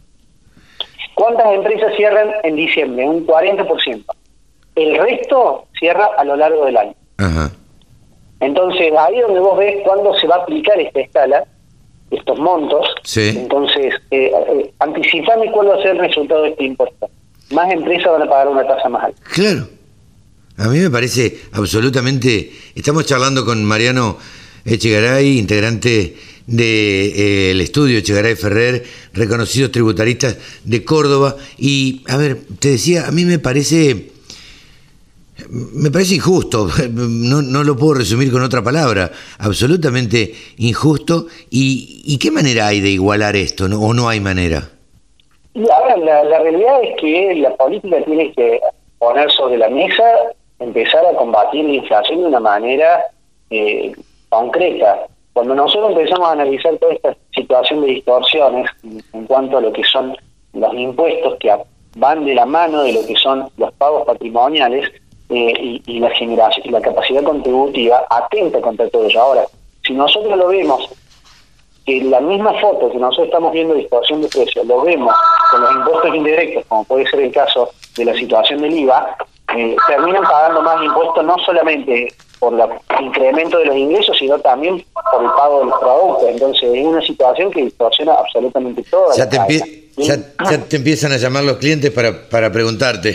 ¿Cuántas empresas cierran en diciembre? Un cuarenta por ciento. El resto cierra a lo largo del año. Ajá. Entonces, ahí donde vos ves cuándo se va a aplicar esta escala, estos montos, Sí. entonces, eh, eh, anticipame cuál va a ser el resultado de este impuesto. Más empresas van a pagar una tasa más alta. Claro. A mí me parece absolutamente... Estamos charlando con Mariano Echegaray, integrante del estudio Echegaray Ferrer, reconocidos tributaristas de Córdoba. Y, a ver, te decía, a mí me parece... Me parece injusto, no, no lo puedo resumir con otra palabra, absolutamente injusto. ¿Y, y qué manera hay de igualar esto, no, o no hay manera? Y ahora, la, la realidad es que la política tiene que poner sobre la mesa, empezar a combatir la inflación de una manera eh, concreta. Cuando nosotros empezamos a analizar toda esta situación de distorsiones en, en cuanto a lo que son los impuestos que a- van de la mano de lo que son los pagos patrimoniales, eh, y, y la generación y la capacidad contributiva atenta contra todo ello. Ahora, si nosotros lo vemos, que la misma foto que nosotros estamos viendo de distorsión de precios, lo vemos con los impuestos indirectos, como puede ser el caso de la situación del I V A, eh, terminan pagando más impuestos no solamente por el incremento de los ingresos, sino también por el pago de los productos. Entonces es una situación que distorsiona absolutamente todo. Ya te, empie- ya, ya te empiezan a llamar los clientes para, para preguntarte.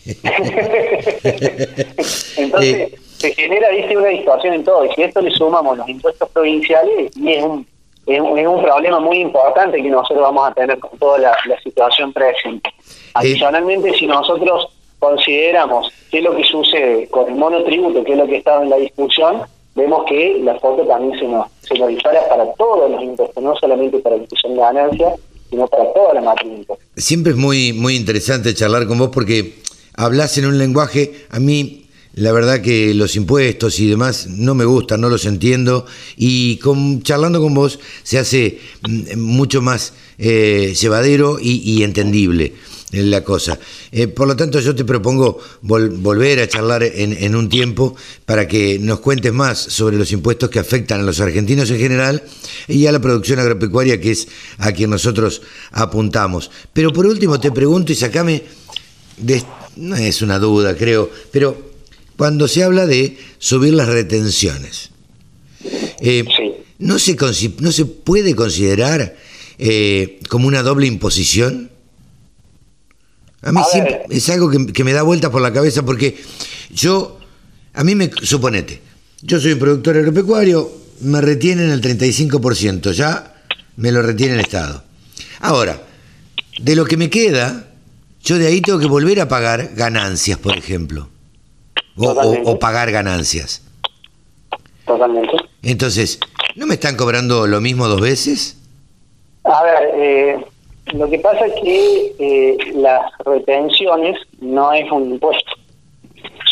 Entonces Eh, se genera, dice, una distorsión en todo, y si a esto le sumamos los impuestos provinciales, y es un, es un, es un problema muy importante que nosotros vamos a tener con toda la, la situación presente. Adicionalmente, si nosotros consideramos qué es lo que sucede con el monotributo, que es lo que estaba en la discusión, vemos que la foto también se nos, se nos dispara para todos los impuestos, no solamente para los que son ganancias, sino para toda la materia de impuestos. Siempre es muy, muy interesante charlar con vos porque hablas en un lenguaje, a mí la verdad que los impuestos y demás no me gustan, no los entiendo, y con, charlando con vos se hace mm, mucho más eh, llevadero y, y entendible la cosa. Eh, por lo tanto, yo te propongo vol- volver a charlar en, en un tiempo para que nos cuentes más sobre los impuestos que afectan a los argentinos en general y a la producción agropecuaria, que es a quien nosotros apuntamos. Pero por último te pregunto y sacame, de, no es una duda creo, pero cuando se habla de subir las retenciones, eh, Sí. ¿no se, consi- no se puede considerar eh, como una doble imposición? A mí A siempre ver. es algo que, que me da vueltas por la cabeza porque yo, a mí me, suponete, yo soy un productor agropecuario, me retienen el treinta y cinco por ciento, ya me lo retiene el Estado. Ahora, de lo que me queda, yo de ahí tengo que volver a pagar ganancias, por ejemplo, o, o, Totalmente. o pagar ganancias. Totalmente. Entonces, ¿no me están cobrando lo mismo dos veces? A ver, eh, lo que pasa es que eh, las retenciones no es un impuesto.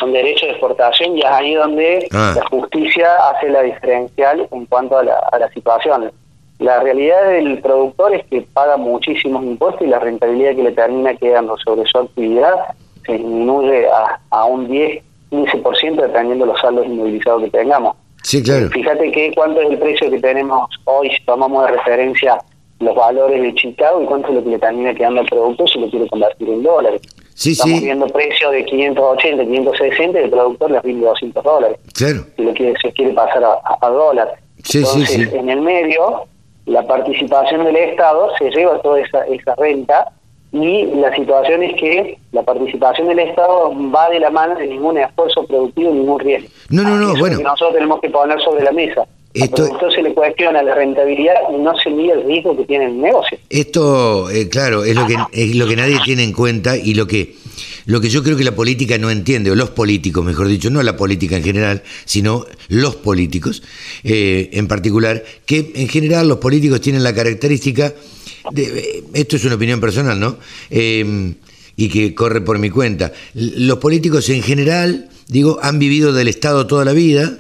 son derechos de exportación, y es ahí donde ah. la justicia hace la diferencial en cuanto a la, a la situación. La realidad del productor es que paga muchísimos impuestos y la rentabilidad que le termina quedando sobre su actividad se disminuye a, a un diez, quince por ciento dependiendo de los saldos inmovilizados que tengamos. Sí, claro. Fíjate que cuánto es el precio que tenemos hoy si tomamos de referencia los valores de Chicago y cuánto es lo que le termina quedando al productor si lo quiere convertir en dólares. Sí, Estamos sí. viendo precios de quinientos ochenta, quinientos sesenta y el productor les rinde doscientos dólares. Claro. Si lo quiere, se quiere pasar a, a, a dólar. Sí, Entonces, sí, sí. en el medio, la participación del Estado se lleva toda esa, esa renta, y la situación es que la participación del Estado va de la mano de ningún esfuerzo productivo, ningún riesgo. No, no, no, Eso es bueno. lo que nosotros tenemos que poner sobre la mesa. Esto- Al productor se le cuestiona la rentabilidad y no se mide el riesgo que tiene el negocio. Esto, eh, claro, es lo que es lo que nadie tiene en cuenta y lo que lo que yo creo que la política no entiende, o los políticos, mejor dicho, no la política en general, sino los políticos eh, en particular, que en general los políticos tienen la característica de, eh, esto es una opinión personal, ¿no? Eh, y que corre por mi cuenta. Los políticos en general, digo, han vivido del Estado toda la vida,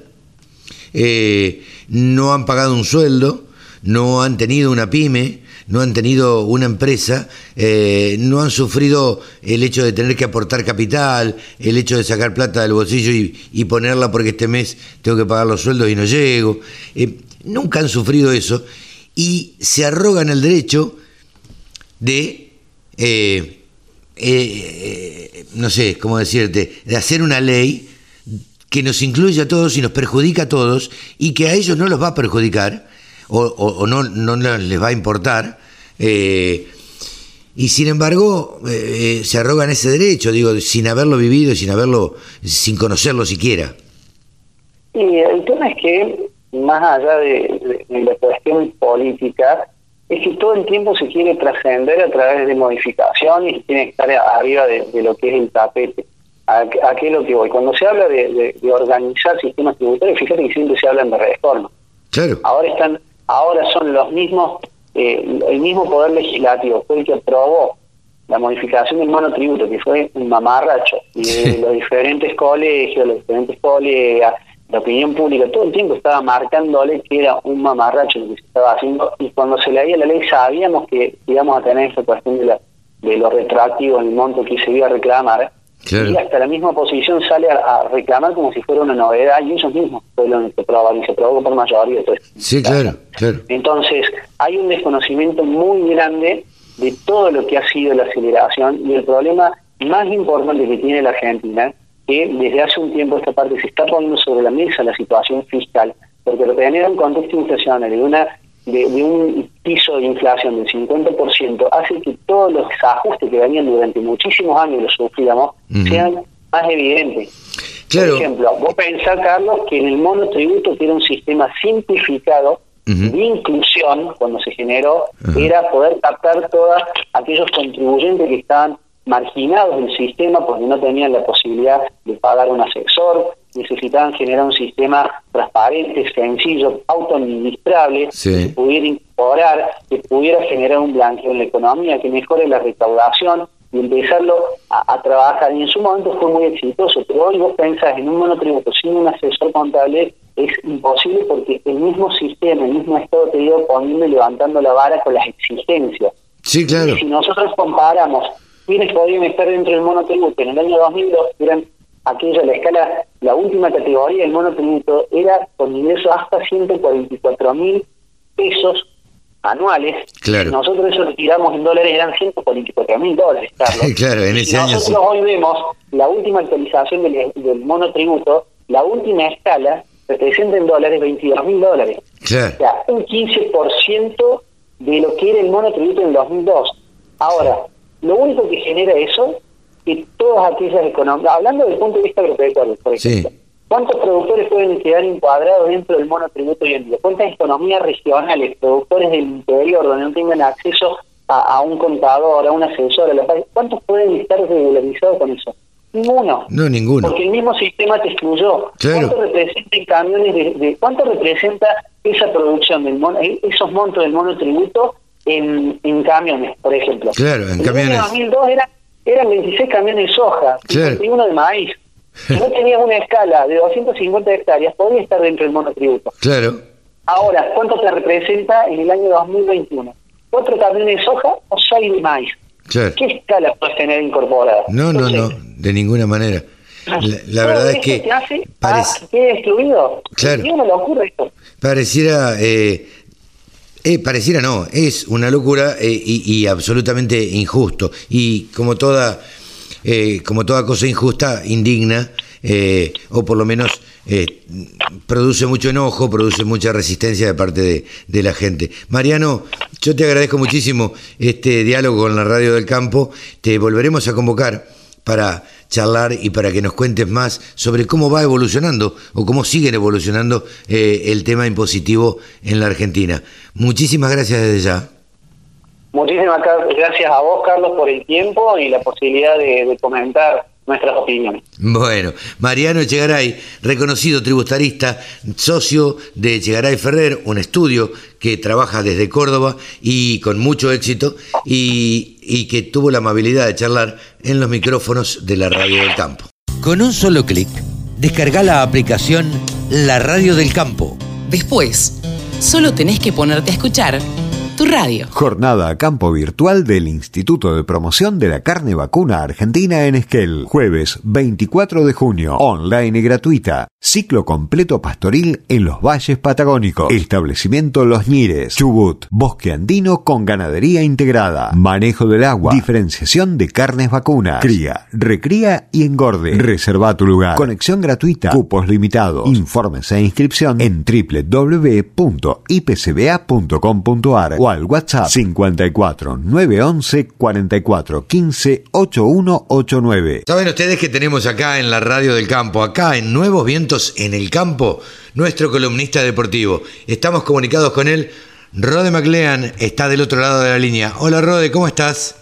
eh, no han pagado un sueldo, no han tenido una pyme, no han tenido una empresa, eh, no han sufrido el hecho de tener que aportar capital, el hecho de sacar plata del bolsillo y, y ponerla porque este mes tengo que pagar los sueldos y no llego. Eh, nunca han sufrido eso y se arrogan el derecho de, eh, eh, no sé cómo decirte, de hacer una ley que nos incluye a todos y nos perjudica a todos y que a ellos no los va a perjudicar o, o, o no, no les va a importar, eh, y sin embargo eh, se arrogan ese derecho, digo, sin haberlo vivido, sin haberlo, sin conocerlo siquiera. Y el tema es que, más allá de, de, de la cuestión política, es que todo el tiempo se quiere trascender a través de modificaciones y tiene que estar arriba de, de lo que es el tapete. ¿A, a qué es lo que voy? Cuando se habla de, de, de organizar sistemas tributarios, fíjate que siempre se hablan de reforma. Claro. Ahora están, ahora son los mismos, eh, el mismo poder legislativo fue el que aprobó la modificación del monotributo, que fue un mamarracho, y de los diferentes colegios, los diferentes colegas, la opinión pública, todo el tiempo estaba marcándole que era un mamarracho lo que se estaba haciendo, y cuando se leía la ley sabíamos que íbamos a tener esta cuestión de, la, de lo retroactivo en el monto que se iba a reclamar. Claro. Y hasta la misma oposición sale a, a reclamar como si fuera una novedad, y ellos mismos fueron los que probaron y se probó por mayoría. Entonces, sí, claro, claro. Entonces, hay un desconocimiento muy grande de todo lo que ha sido la aceleración, y el problema más importante que tiene la Argentina, que desde hace un tiempo esta parte se está poniendo sobre la mesa la situación fiscal, porque lo que genera un contexto inflacionario de una De, de un piso de inflación del cincuenta por ciento hace que todos los ajustes que venían durante muchísimos años y los sufríamos uh-huh. sean más evidentes. Claro. Por ejemplo, vos pensás, Carlos, que en el monotributo, que era un sistema simplificado uh-huh. de inclusión, cuando se generó, uh-huh. era poder captar todos aquellos contribuyentes que estaban marginados del sistema porque no tenían la posibilidad de pagar un asesor, necesitaban generar un sistema transparente, sencillo, autoadministrable, sí. que pudiera incorporar, que pudiera generar un blanqueo en la economía, que mejore la recaudación y empezarlo a, a trabajar. Y en su momento fue muy exitoso, pero hoy vos pensás en un monotributo sin un asesor contable, es imposible porque el mismo sistema, el mismo Estado te ha ido poniendo y levantando la vara con las exigencias. Sí, claro. Y si nosotros comparamos quienes podían estar dentro del monotributo en el año dos mil dos, eran aquella, la escala, la última categoría del monotributo era con ingresos hasta ciento cuarenta y cuatro mil pesos anuales. Claro. Si nosotros eso retiramos en dólares, eran ciento cuarenta y cuatro mil dólares, Carlos. Claro, en ese si año nosotros sí. hoy vemos la última actualización del, del monotributo, la última escala representa en dólares veintidós mil dólares. Claro. O sea, un quince por ciento de lo que era el monotributo en el dos mil dos. Ahora, lo único que genera eso, que todas aquellas economías, hablando desde el punto de vista agropecuario, por ejemplo, sí. ¿cuántos productores pueden quedar encuadrados dentro del monotributo hoy en día? ¿Cuántas economías regionales, productores del interior, donde no tengan acceso a, a un contador, a un asesor, a la paz, cuántos pueden estar regularizados con eso? Ninguno. No, ninguno. Porque el mismo sistema te excluyó. Claro. ¿Cuánto representa en camiones de, de cuánto representa esa producción del mono, esos montos del monotributo en, en camiones, por ejemplo? Claro, en el camiones. En dos mil dos era, eran veintiséis camiones de soja, claro. y uno de maíz. Si no tenías una escala de doscientas cincuenta hectáreas, podías estar dentro del monotributo. Claro. Ahora, ¿cuánto te representa en el año dos mil veintiuno? ¿Cuatro camiones de soja o seis de maíz? Claro. ¿Qué escala puedes tener incorporada? No, no, Entonces, no, de ninguna manera. La, la verdad es que te hace parece, a que excluido. Claro. Es una locura esto. Pareciera, eh, eh, pareciera no, es una locura eh, y, y absolutamente injusto. Y como toda, eh, como toda cosa injusta, indigna, eh, o por lo menos eh, produce mucho enojo, produce mucha resistencia de parte de, de la gente. Mariano, yo te agradezco muchísimo este diálogo con la Radio del Campo. Te volveremos a convocar para charlar y para que nos cuentes más sobre cómo va evolucionando o cómo siguen evolucionando eh, el tema impositivo en la Argentina. Muchísimas gracias desde ya. Muchísimas gracias a vos, Carlos, por el tiempo y la posibilidad de, de comentar nuestras opiniones. Bueno, Mariano Echegaray, reconocido tributarista, socio de Echegaray Ferrer, un estudio que trabaja desde Córdoba y con mucho éxito y, y que tuvo la amabilidad de charlar en los micrófonos de la Radio del Campo. Con un solo clic, descarga la aplicación La Radio del Campo. Después, solo tenés que ponerte a escuchar tu radio. Jornada a campo virtual del Instituto de Promoción de la Carne Vacuna Argentina en Esquel. Jueves veinticuatro de junio. Online y gratuita. Ciclo completo pastoril en los valles patagónicos. Establecimiento Los Ñires. Chubut. Bosque andino con ganadería integrada. Manejo del agua. Diferenciación de carnes vacunas. Cría, recría y engorde. Reserva tu lugar. Conexión gratuita. Cupos limitados. Informes e inscripción en doble u doble u doble u punto i p c b a punto com punto a r o al WhatsApp cincuenta y cuatro, nueve once, cuarenta y cuatro, quince, ochenta y uno ochenta y nueve. Saben ustedes que tenemos acá en la Radio del Campo, acá en Nuevos Vientos en el Campo, nuestro columnista deportivo. Estamos comunicados con él. Rode McLean está del otro lado de la línea. Hola Rode, ¿cómo estás?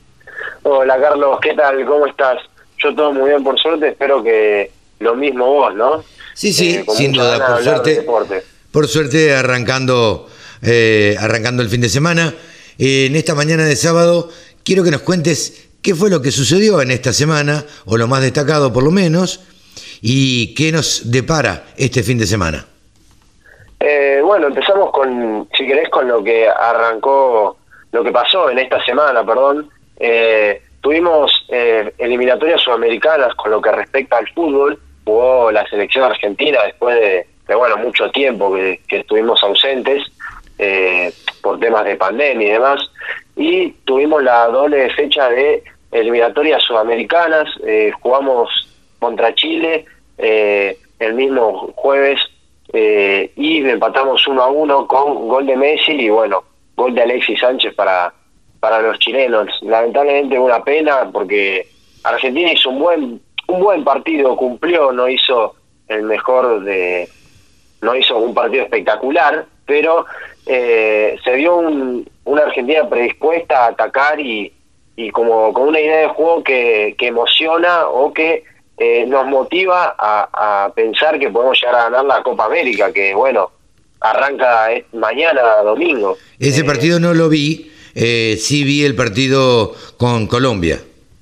Hola Carlos, ¿qué tal? ¿Cómo estás? Yo todo muy bien por suerte, espero que lo mismo vos, ¿no? Sí, sí, eh, sin duda, por suerte. Por suerte arrancando... Eh, arrancando el fin de semana. Eh, en esta mañana de sábado quiero que nos cuentes qué fue lo que sucedió en esta semana, o lo más destacado por lo menos, y qué nos depara este fin de semana. Eh, bueno, empezamos con, si querés, con lo que arrancó, lo que pasó en esta semana, perdón. Eh, tuvimos eh, eliminatorias sudamericanas con lo que respecta al fútbol. Jugó la selección argentina después de, de bueno, mucho tiempo que, que estuvimos ausentes. Eh, por temas de pandemia y demás, y tuvimos la doble fecha de eliminatorias sudamericanas. Eh, jugamos contra Chile eh, el mismo jueves eh, y empatamos uno a uno con gol de Messi y bueno, gol de Alexis Sánchez para, para los chilenos. Lamentablemente una pena porque Argentina hizo un buen un buen partido, cumplió, no hizo el mejor de no hizo un partido espectacular, pero eh, se vio un, una Argentina predispuesta a atacar y, y como con una idea de juego que, que emociona o que eh, nos motiva a, a pensar que podemos llegar a ganar la Copa América, que bueno, arranca mañana domingo. Ese eh, partido no lo vi, eh, sí vi el partido con Colombia.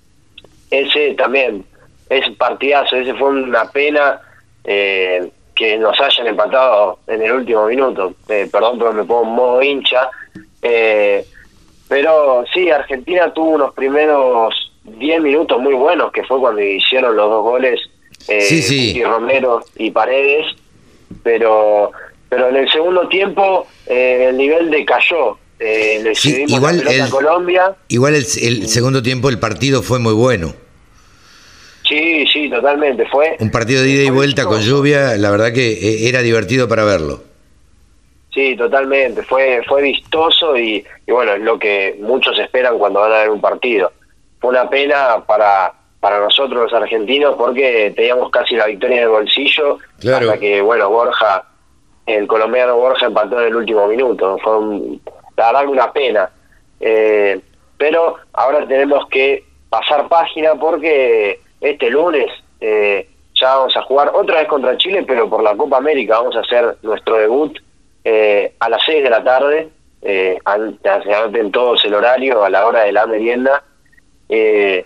Ese también, es partidazo, ese fue una pena. Eh, que nos hayan empatado en el último minuto, eh, perdón, pero me pongo en modo hincha, eh, pero sí, Argentina tuvo unos primeros diez minutos muy buenos, que fue cuando hicieron los dos goles, eh, sí, sí. y Romero y Paredes, pero pero en el segundo tiempo eh, el nivel decayó, eh, le Sí, cedimos igual la pelota el, a Colombia. Igual el, el segundo tiempo el partido fue muy bueno. Sí, sí, totalmente. Fue un partido de ida y vuelta con lluvia, la verdad que era divertido para verlo. Sí, totalmente. Fue fue vistoso y, y bueno, es lo que muchos esperan cuando van a ver un partido. Fue una pena para para nosotros los argentinos porque teníamos casi la victoria en el bolsillo, claro. Hasta que, bueno, Borja, el colombiano Borja empató en el último minuto. Fue un, la verdad que una pena. Eh, pero ahora tenemos que pasar página porque este lunes eh, ya vamos a jugar otra vez contra Chile, pero por la Copa América. Vamos a hacer nuestro debut eh, a las seis de la tarde. Eh, anoten todos el horario a la hora de la merienda. Eh,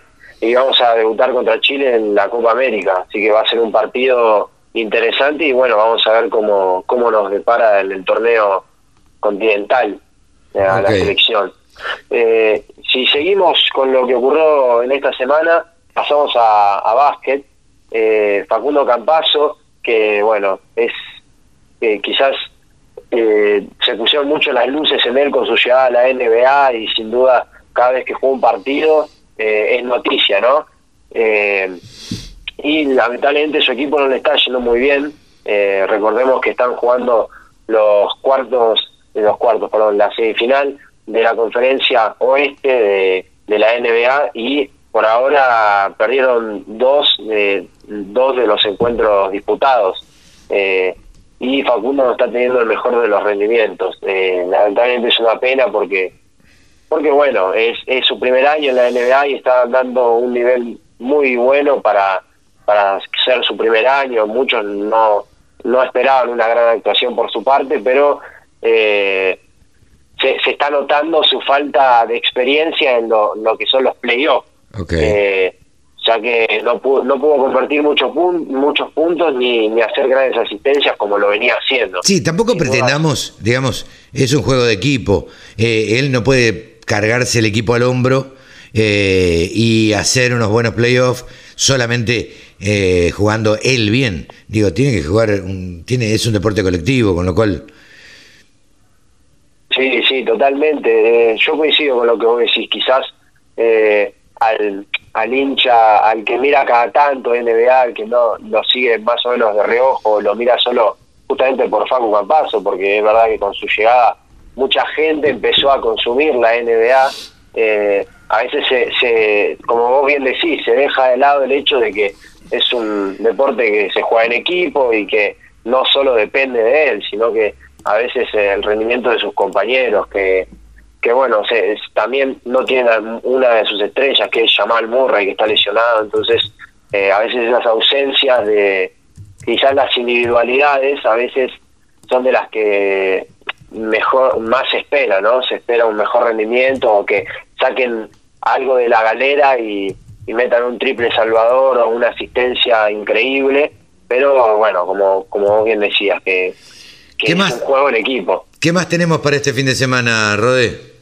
y vamos a debutar contra Chile en la Copa América, así que va a ser un partido interesante y bueno, vamos a ver cómo, cómo nos depara en el torneo continental eh, a okay. la selección. Eh, si seguimos con lo que ocurrió en esta semana, pasamos a, a básquet. Eh, Facundo Campazzo, que bueno, es eh, quizás eh, se pusieron mucho las luces en él con su llegada a la N B A y sin duda cada vez que juega un partido eh, es noticia, ¿no? Eh, y lamentablemente su equipo no le está yendo muy bien. Eh, recordemos que están jugando los cuartos, los cuartos, perdón, la semifinal de la conferencia oeste de, de la N B A y por ahora perdieron dos de, dos de los encuentros disputados. Eh, y Facundo no está teniendo el mejor de los rendimientos. Eh, lamentablemente es una pena porque, porque bueno, es, es su primer año en la N B A y está dando un nivel muy bueno para, para ser su primer año. Muchos no, no esperaban una gran actuación por su parte, pero eh, se, se está notando su falta de experiencia en lo, lo que son los playoffs. Okay. Eh, ya que no pudo, no pudo convertir muchos pun muchos puntos ni, ni hacer grandes asistencias como lo venía haciendo. Sí, tampoco Sin pretendamos, duda. digamos, es un juego de equipo. Eh, él no puede cargarse el equipo al hombro eh, y hacer unos buenos playoffs solamente eh, jugando él bien. Digo, tiene que jugar, un, tiene es un deporte colectivo, con lo cual... Sí, sí, totalmente. Eh, yo coincido con lo que vos decís. Quizás eh, al... al hincha, al que mira cada tanto N B A, al que no lo sigue más o menos de reojo, lo mira solo justamente por Facu Campazzo, porque es verdad que con su llegada mucha gente empezó a consumir la N B A. Eh, a veces, se, se, como vos bien decís, se deja de lado el hecho de que es un deporte que se juega en equipo y que no solo depende de él, sino que a veces el rendimiento de sus compañeros, que que bueno, se, también no tiene una de sus estrellas, que es Jamal Murray, que está lesionado, entonces eh, a veces esas ausencias de quizás las individualidades, a veces son de las que mejor más se espera, ¿no? Se espera un mejor rendimiento o que saquen algo de la galera y, y metan un triple salvador o una asistencia increíble, pero bueno, como, como vos bien decías, que, que es más? un juego en equipo. ¿Qué más tenemos para este fin de semana, Rodé?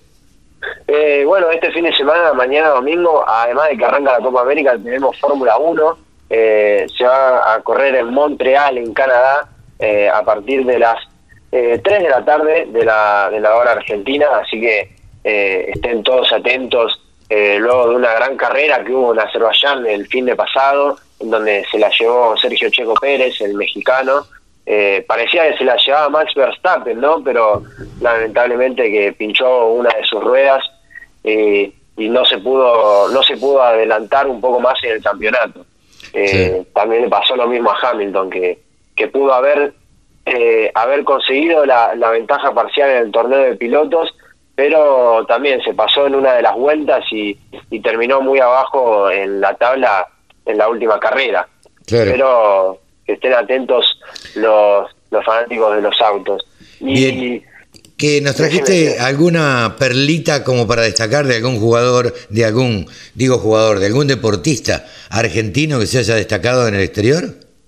Eh, bueno, este fin de semana, mañana domingo, además de que arranca la Copa América, tenemos Fórmula uno, eh, se va a correr en Montreal, en Canadá, eh, a partir de las eh, tres de la tarde de la, de la hora argentina, así que eh, estén todos atentos eh, luego de una gran carrera que hubo en Azerbaiyán el fin de pasado, en donde se la llevó Sergio Checo Pérez, el mexicano. Eh, parecía que se la llevaba Max Verstappen, ¿no? Pero lamentablemente que pinchó una de sus ruedas eh, y no se pudo no se pudo adelantar un poco más en el campeonato. Eh, sí. También le pasó lo mismo a Hamilton, que, que pudo haber eh, haber conseguido la, la ventaja parcial en el torneo de pilotos, pero también se pasó en una de las vueltas y, y terminó muy abajo en la tabla en la última carrera. Claro. Pero que estén atentos los los fanáticos de los autos. Y, Bien. ¿Que nos trajiste alguna perlita como para destacar de algún jugador, de algún, digo jugador, de algún deportista argentino que se haya destacado en el exterior?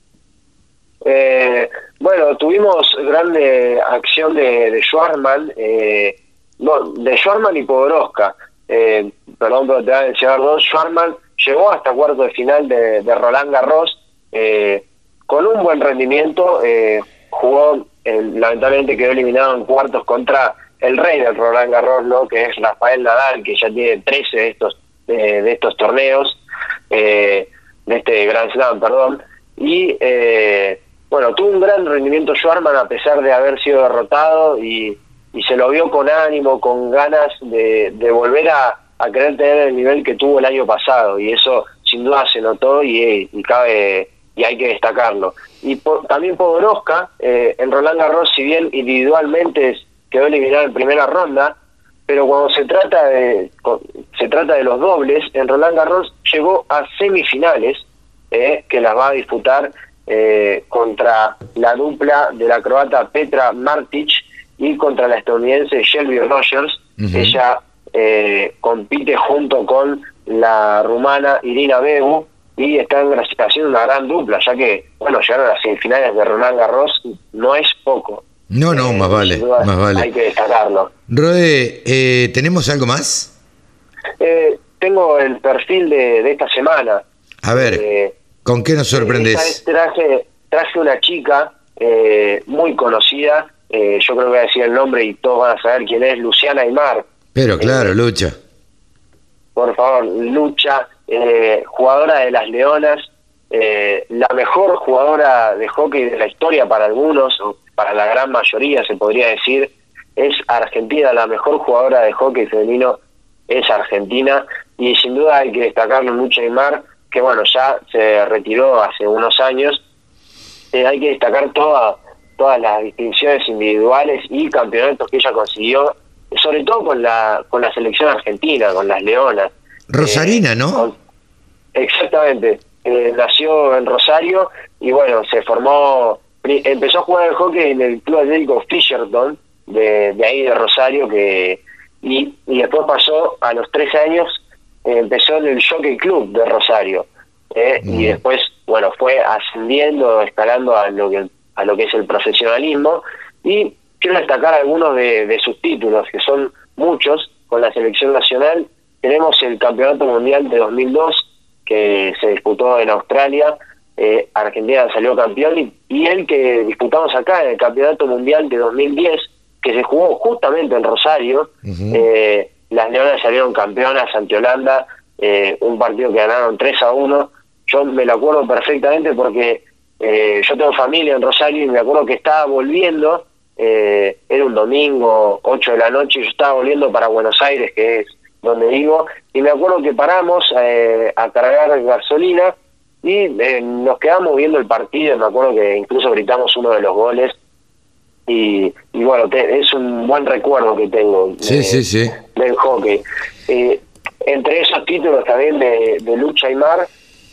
Eh, bueno, tuvimos grande acción de, de Schwartzman, eh, no, de Schwartzman y Podoroska. Eh, perdón, pero te voy a mencionar dos. Schwartzman llegó hasta cuarto de final de, de Roland Garros, eh, con un buen rendimiento, eh, jugó, eh, lamentablemente quedó eliminado en cuartos contra el rey del Roland Garros, ¿no? Que es Rafael Nadal, que ya tiene trece de estos eh, de estos torneos, eh, de este Grand Slam, perdón, y eh, bueno, tuvo un gran rendimiento Schwartzman a pesar de haber sido derrotado y, y se lo vio con ánimo, con ganas de, de volver a, a querer tener el nivel que tuvo el año pasado, y eso sin duda se notó y, y cabe y hay que destacarlo. Y por, también Podoroska, eh, en Roland Garros, si bien individualmente quedó eliminado en primera ronda, pero cuando se trata de se trata de los dobles, en Roland Garros llegó a semifinales, eh, que las va a disputar eh, contra la dupla de la croata Petra Martic y contra la estadounidense Shelby Rogers. Uh-huh. Ella eh, compite junto con la rumana Irina Begu, y están haciendo una gran dupla, ya que, bueno, llegaron a las semifinales de Roland Garros, no es poco. No, no, Eh, más vale, sin duda, más vale. Hay que destacarlo. Rode, eh, ¿tenemos algo más? Eh, tengo el perfil de, de esta semana. A ver, Eh, ¿con qué nos Esta sorprendes? vez traje, traje una chica eh, muy conocida, eh, yo creo que voy a decir el nombre y todos van a saber quién es, Luciana Aymar. Pero claro, Eh, Lucha. Por favor, Lucha, eh, jugadora de las Leonas, eh, la mejor jugadora de hockey de la historia para algunos, o para la gran mayoría se podría decir, es Argentina, la mejor jugadora de hockey femenino es Argentina, y sin duda hay que destacarlo Lucha Aymar, que bueno, ya se retiró hace unos años. Eh, hay que destacar toda, todas las distinciones individuales y campeonatos que ella consiguió, sobre todo con la con la selección argentina, con las Leonas. Rosarina, Eh, ¿no? con- exactamente. Eh, nació en Rosario y bueno, se formó, pri- empezó a jugar al hockey en el Club Atlético Fisherton, de, de ahí de Rosario, que y, y después pasó a los trece años, eh, empezó en el Jockey Club de Rosario. eh, Mm. Y después, bueno, fue ascendiendo, escalando a lo que a lo que es el profesionalismo. Y quiero destacar algunos de, de sus títulos, que son muchos, con la selección nacional. Tenemos el Campeonato Mundial de dos mil dos, que se disputó en Australia. eh, Argentina salió campeón, y, y el que disputamos acá en el Campeonato Mundial de dos mil diez, que se jugó justamente en Rosario. Ujú. eh, las Leonas salieron campeonas ante Holanda, eh, un partido que ganaron tres a uno. Yo me lo acuerdo perfectamente porque eh, yo tengo familia en Rosario y me acuerdo que estaba volviendo, eh, era un domingo, ocho de la noche, y yo estaba volviendo para Buenos Aires, que es donde vivo, y me acuerdo que paramos eh, a cargar gasolina y eh, nos quedamos viendo el partido. Me acuerdo que incluso gritamos uno de los goles, y, y bueno, te, es un buen recuerdo que tengo Sí, de- sí, sí. del hockey. Eh, entre esos títulos también de, de Lucha Aymar,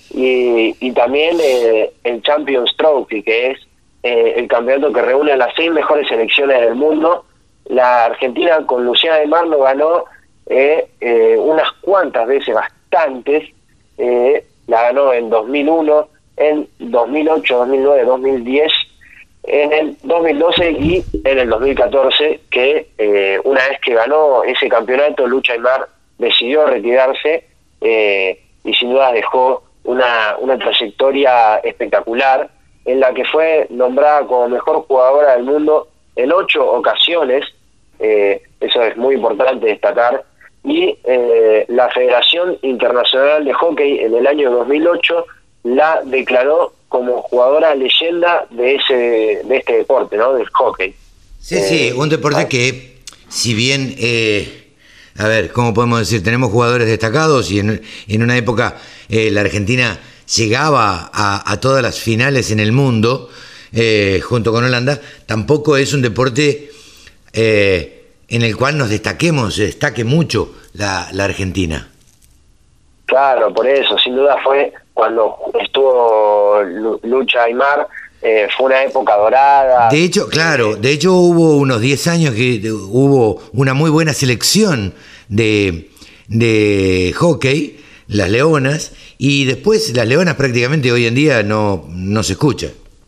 y, y también eh, el Champions Trophy, que es eh, el campeonato que reúne a las seis mejores selecciones del mundo. La Argentina con Luciana Aymar lo ganó eh, eh, unas cuantas veces, bastantes. Eh, la ganó en dos mil uno, en dos mil ocho, dos mil nueve, dos mil diez, en el dos mil doce y en el dos mil catorce, que eh, una vez que ganó ese campeonato, Lucha Aymar decidió retirarse, eh, y sin duda dejó una, una trayectoria espectacular, en la que fue nombrada como mejor jugadora del mundo en ocho ocasiones. Eh, eso es muy importante destacar. Y eh, la Federación Internacional de Hockey en el año dos mil ocho la declaró como jugadora leyenda de ese de este deporte, ¿no? Del hockey. Sí, sí, Eh, un deporte ah, que, si bien, eh, a ver, ¿cómo podemos decir? Tenemos jugadores destacados y en, en una época eh, la Argentina llegaba a, a todas las finales en el mundo, eh, junto con Holanda. Tampoco es un deporte eh, en el cual nos destaquemos, se destaque mucho la, la Argentina. Claro, por eso, sin duda fue cuando estuvo Lu- Lucha Aymar, eh, fue una época dorada. De hecho, claro, de hecho hubo unos diez años que de- hubo una muy buena selección de, de hockey, las Leonas, y después las Leonas prácticamente hoy en día no, no se escucha.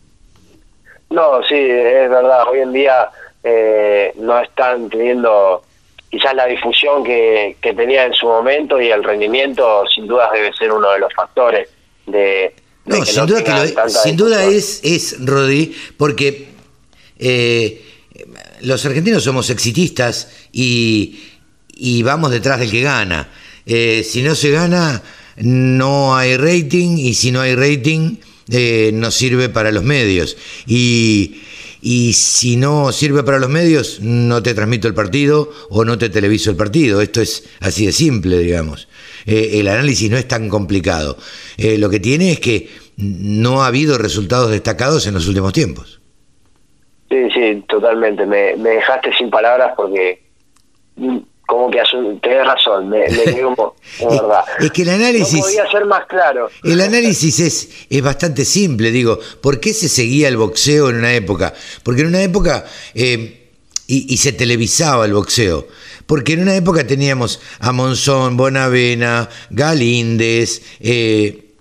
No, sí, es verdad, hoy en día eh, no están teniendo quizás la difusión que, que tenía en su momento, y el rendimiento sin duda debe ser uno de los factores de, de No, que sin no duda, que tengan lo- tanta sin duda difusión. es, es, Rodi, porque eh, los argentinos somos exitistas y, y vamos detrás del que gana. Eh, si no se gana, no hay rating, y si no hay rating, eh, no sirve para los medios. Y, y si no sirve para los medios, no te transmito el partido o no te televiso el partido. Esto es así de simple, digamos. Eh, el análisis no es tan complicado. Eh, lo que tiene es que no ha habido resultados destacados en los últimos tiempos. Sí, sí, totalmente. Me, me dejaste sin palabras porque mm, como que asu- tenés razón, me, me quedo como, es verdad. Es que el análisis... No podía ser más claro. El análisis es, es bastante simple, digo, ¿por qué se seguía el boxeo en una época? Porque en una época eh, y, y se televisaba el boxeo. Porque en una época teníamos a Monzón, Bonavena, Galíndez. Eh,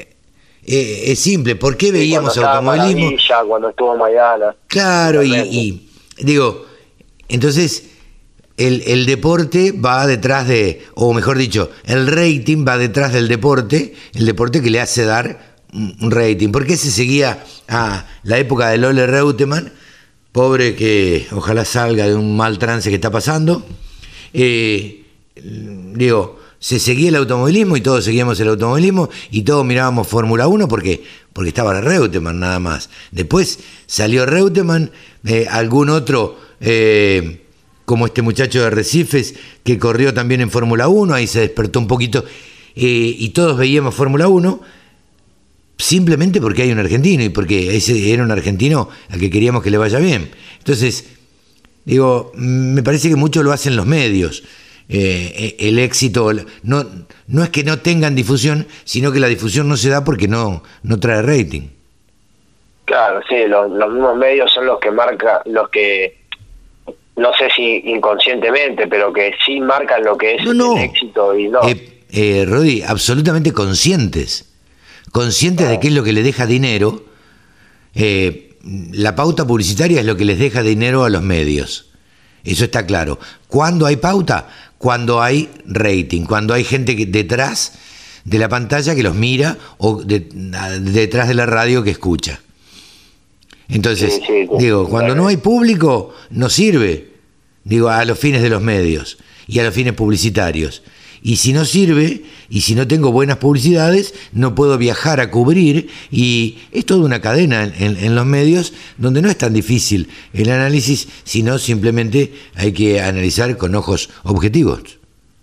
eh, es simple, ¿por qué veíamos sí, cuando automovilismo? Maravilla, cuando estuvo Maidana. Claro, y, y digo, entonces el, el deporte va detrás de, o mejor dicho, el rating va detrás del deporte, el deporte que le hace dar un rating. ¿Por qué se seguía a la época de Lola Reutemann? Pobre, que ojalá salga de un mal trance que está pasando. Eh, digo, se seguía el automovilismo y todos seguíamos el automovilismo y todos mirábamos Fórmula uno porque, porque estaba Reutemann nada más. Después salió Reutemann, eh, algún otro, eh, como este muchacho de Arrecifes que corrió también en Fórmula uno, ahí se despertó un poquito, eh, y todos veíamos Fórmula uno simplemente porque hay un argentino y porque ese era un argentino al que queríamos que le vaya bien. Entonces, digo, me parece que mucho lo hacen los medios. Eh, el éxito, no, no es que no tengan difusión, sino que la difusión no se da porque no, no trae rating. Claro, sí, los, los mismos medios son los que marcan, los que, no sé si inconscientemente, pero que sí marcan lo que es no, no. el éxito y no. Eh, eh, Rodi, absolutamente conscientes, conscientes ah. de qué es lo que le deja dinero. Eh, la pauta publicitaria es lo que les deja dinero a los medios. Eso está claro. ¿Cuándo hay pauta? Cuando hay rating, cuando hay gente que, detrás de la pantalla que los mira o de, detrás de la radio que escucha. Entonces, sí, sí, sí, digo, cuando claro. no hay público, no sirve, digo, a los fines de los medios y a los fines publicitarios. Y si no sirve, y si no tengo buenas publicidades, no puedo viajar a cubrir, y es toda una cadena en, en, en los medios donde no es tan difícil el análisis, sino simplemente hay que analizar con ojos objetivos.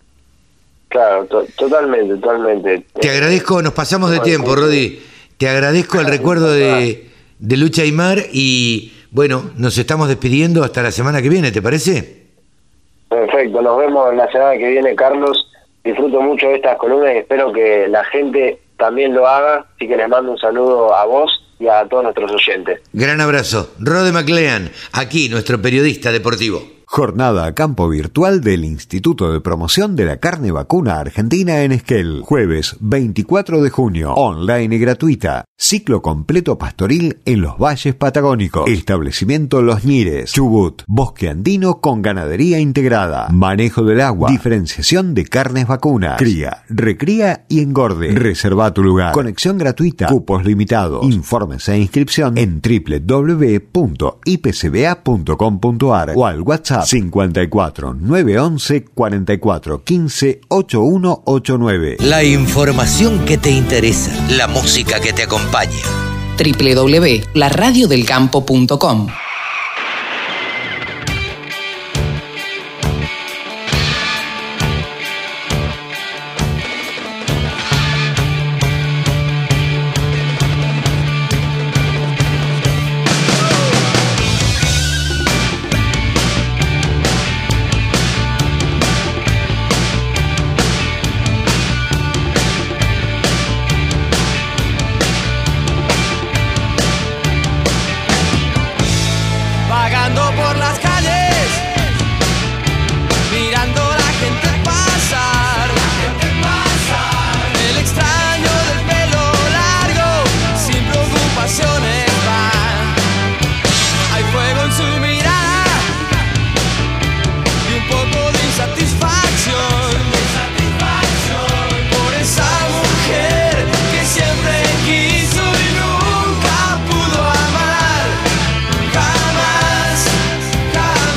Claro, to- totalmente, totalmente. Te agradezco, nos pasamos de tiempo, Rodi. Te agradezco el recuerdo de, de Lucha Aymar y, bueno, nos estamos despidiendo hasta la semana que viene, ¿te parece? Perfecto, nos vemos la semana que viene, Carlos. Disfruto mucho de estas columnas y espero que la gente también lo haga, así que les mando un saludo a vos y a todos nuestros oyentes. Gran abrazo. Rode McLean, aquí nuestro periodista deportivo. Jornada a campo virtual del Instituto de Promoción de la Carne Vacuna Argentina en Esquel. Jueves veinticuatro de junio. Online y gratuita. Ciclo completo pastoril en los valles patagónicos. Establecimiento Los Ñires. Chubut. Bosque andino con ganadería integrada. Manejo del agua. Diferenciación de carnes vacunas. Cría, recría y engorde. Reserva tu lugar. Conexión gratuita. Cupos limitados. Informes e inscripción en doble u doble u doble u punto i p c b a punto com punto a r o al WhatsApp cincuenta y cuatro, nueve once, cuarenta y cuatro, quince, ochenta y uno ochenta y nueve. La información que te interesa, la música que te acompaña. doble u doble u doble u punto la radio del campo punto com. Jamás, jamás.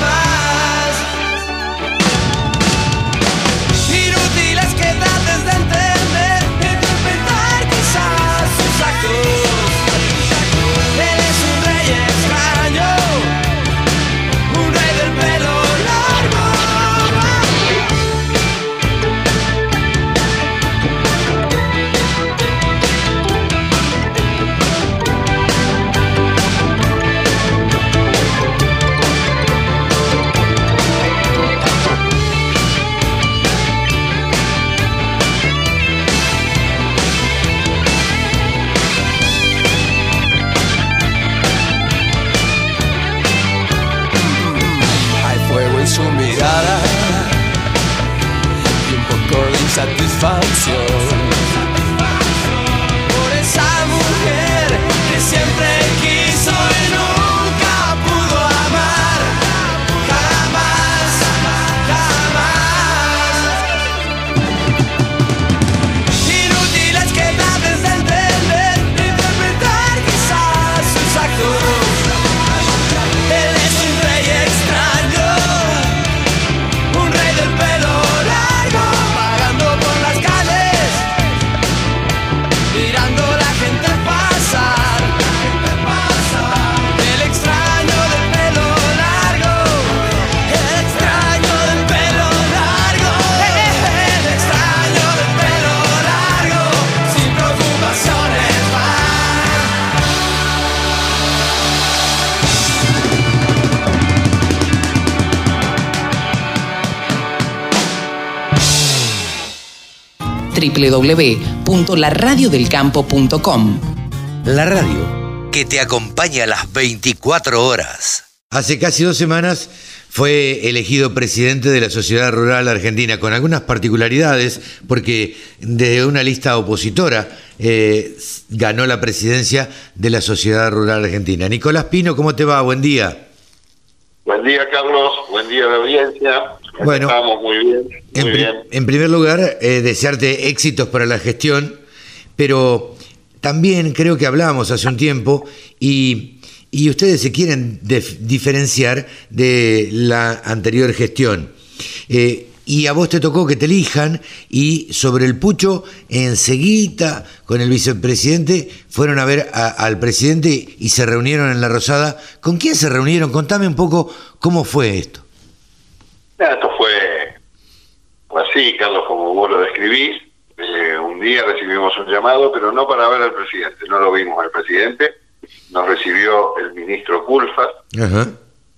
satisfacción. Por esa mujer que siempre quiso y nunca pudo amar, jamás, jamás. Inútil es que trates de entender, de interpretar quizás sus actos. Él es un rey extraño, un rey del pelo largo, vagando por las calles, mirando la gente pasar. El extraño del pelo largo, el extraño del pelo largo, el extraño del pelo largo, sin preocupaciones va. doble u doble u doble u punto la radio del campo punto com. La radio que te acompaña a las veinticuatro horas. Hace casi dos semanas fue elegido presidente de la Sociedad Rural Argentina, con algunas particularidades, porque de una lista opositora eh, ganó la presidencia de la Sociedad Rural Argentina. Nicolás Pino, ¿cómo te va? Buen día. Buen día, Carlos. Buen día a la audiencia. Bueno, estamos muy bien. Muy en, pri- bien. en primer lugar, eh, desearte éxitos para la gestión, pero también creo que hablábamos hace un tiempo y, y ustedes se quieren def- diferenciar de la anterior gestión. Eh, y a vos te tocó que te elijan, y sobre el pucho, enseguida con el vicepresidente fueron a ver a- al presidente y se reunieron en La Rosada. ¿Con quién se reunieron? Contame un poco cómo fue esto. Esto fue, fue así, Carlos, como vos lo describís. Eh, un día recibimos un llamado, pero no para ver al presidente. No lo vimos al presidente. Nos recibió el ministro Culfas. Ajá.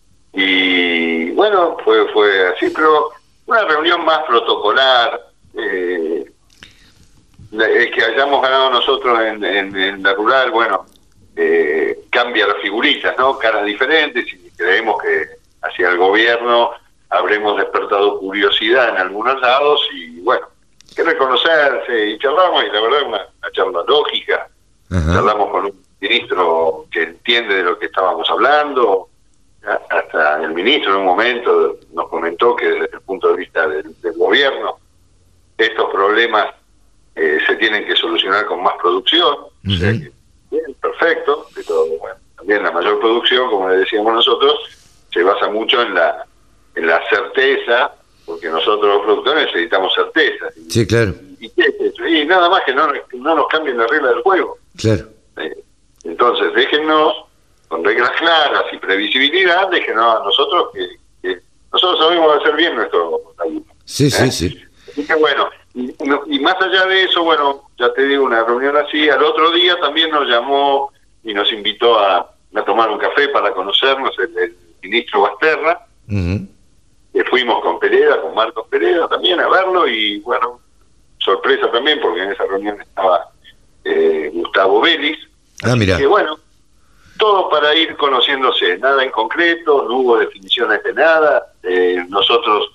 Y bueno, fue fue así, pero una reunión más protocolar. Eh, la- el que hayamos ganado nosotros en, en, en la rural, bueno, eh, cambia las figuritas, ¿no? Caras diferentes, y creemos que hacia el gobierno habremos despertado curiosidad en algunos lados, y bueno, que reconocerse, y charlamos, y la verdad una, una charla lógica. Ajá. Charlamos con un ministro que entiende de lo que estábamos hablando. Hasta el ministro en un momento nos comentó que desde el punto de vista del, del gobierno estos problemas eh, se tienen que solucionar con más producción. Uh-huh. O sea que, bien, perfecto, pero bueno, también la mayor producción, como le decíamos nosotros, se basa mucho en la en la certeza, porque nosotros los productores necesitamos certeza. Sí, claro. ¿Y qué es eso? Y nada más que no, no nos cambien la regla del juego. Claro. Eh, entonces, déjennos con reglas claras y previsibilidad, déjenos a nosotros que, que nosotros sabemos hacer bien nuestro trabajo. Sí, ¿Eh? sí, sí. Así que bueno, y, y más allá de eso, bueno, ya te digo, una reunión así, al otro día también nos llamó y nos invitó a, a tomar un café para conocernos el, el ministro Basterra, Uh-huh. que fuimos con Pereda, con Marcos Pereda también a verlo, y bueno, sorpresa también, porque en esa reunión estaba eh, Gustavo Vélez. Ah, mira. Que bueno, todo para ir conociéndose, nada en concreto, no hubo definiciones de nada. Eh, nosotros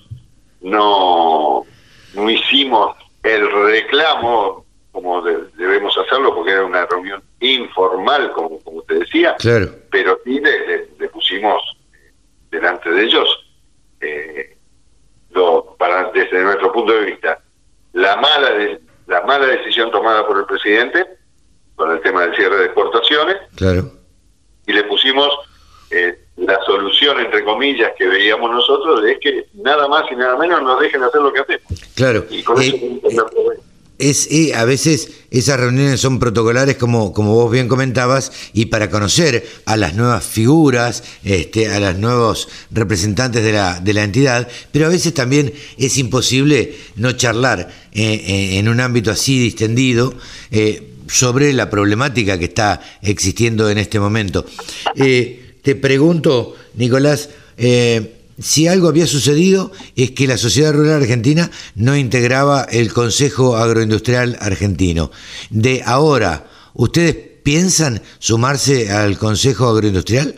no, no hicimos el reclamo como de- debemos hacerlo, porque era una reunión informal, como, como te decía, Claro. pero sí le, le- le pusimos eh, delante de ellos, eh, lo, para, desde nuestro punto de vista, la mala, de, la mala decisión tomada por el presidente con el tema del cierre de exportaciones, Claro. y le pusimos eh, la solución, entre comillas, que veíamos nosotros, es que nada más y nada menos nos dejen hacer lo que hacemos. Claro. Y con Eh, eso podemos hacer problema. Es, eh, a veces esas reuniones son protocolares, como, como vos bien comentabas, y para conocer a las nuevas figuras, este, a los nuevos representantes de la, de la entidad, pero a veces también es imposible no charlar eh, eh, en un ámbito así distendido eh, sobre la problemática que está existiendo en este momento. Eh, te pregunto, Nicolás, eh, si algo había sucedido es que la Sociedad Rural Argentina no integraba el Consejo Agroindustrial Argentino. De ahora, ¿ustedes piensan sumarse al Consejo Agroindustrial?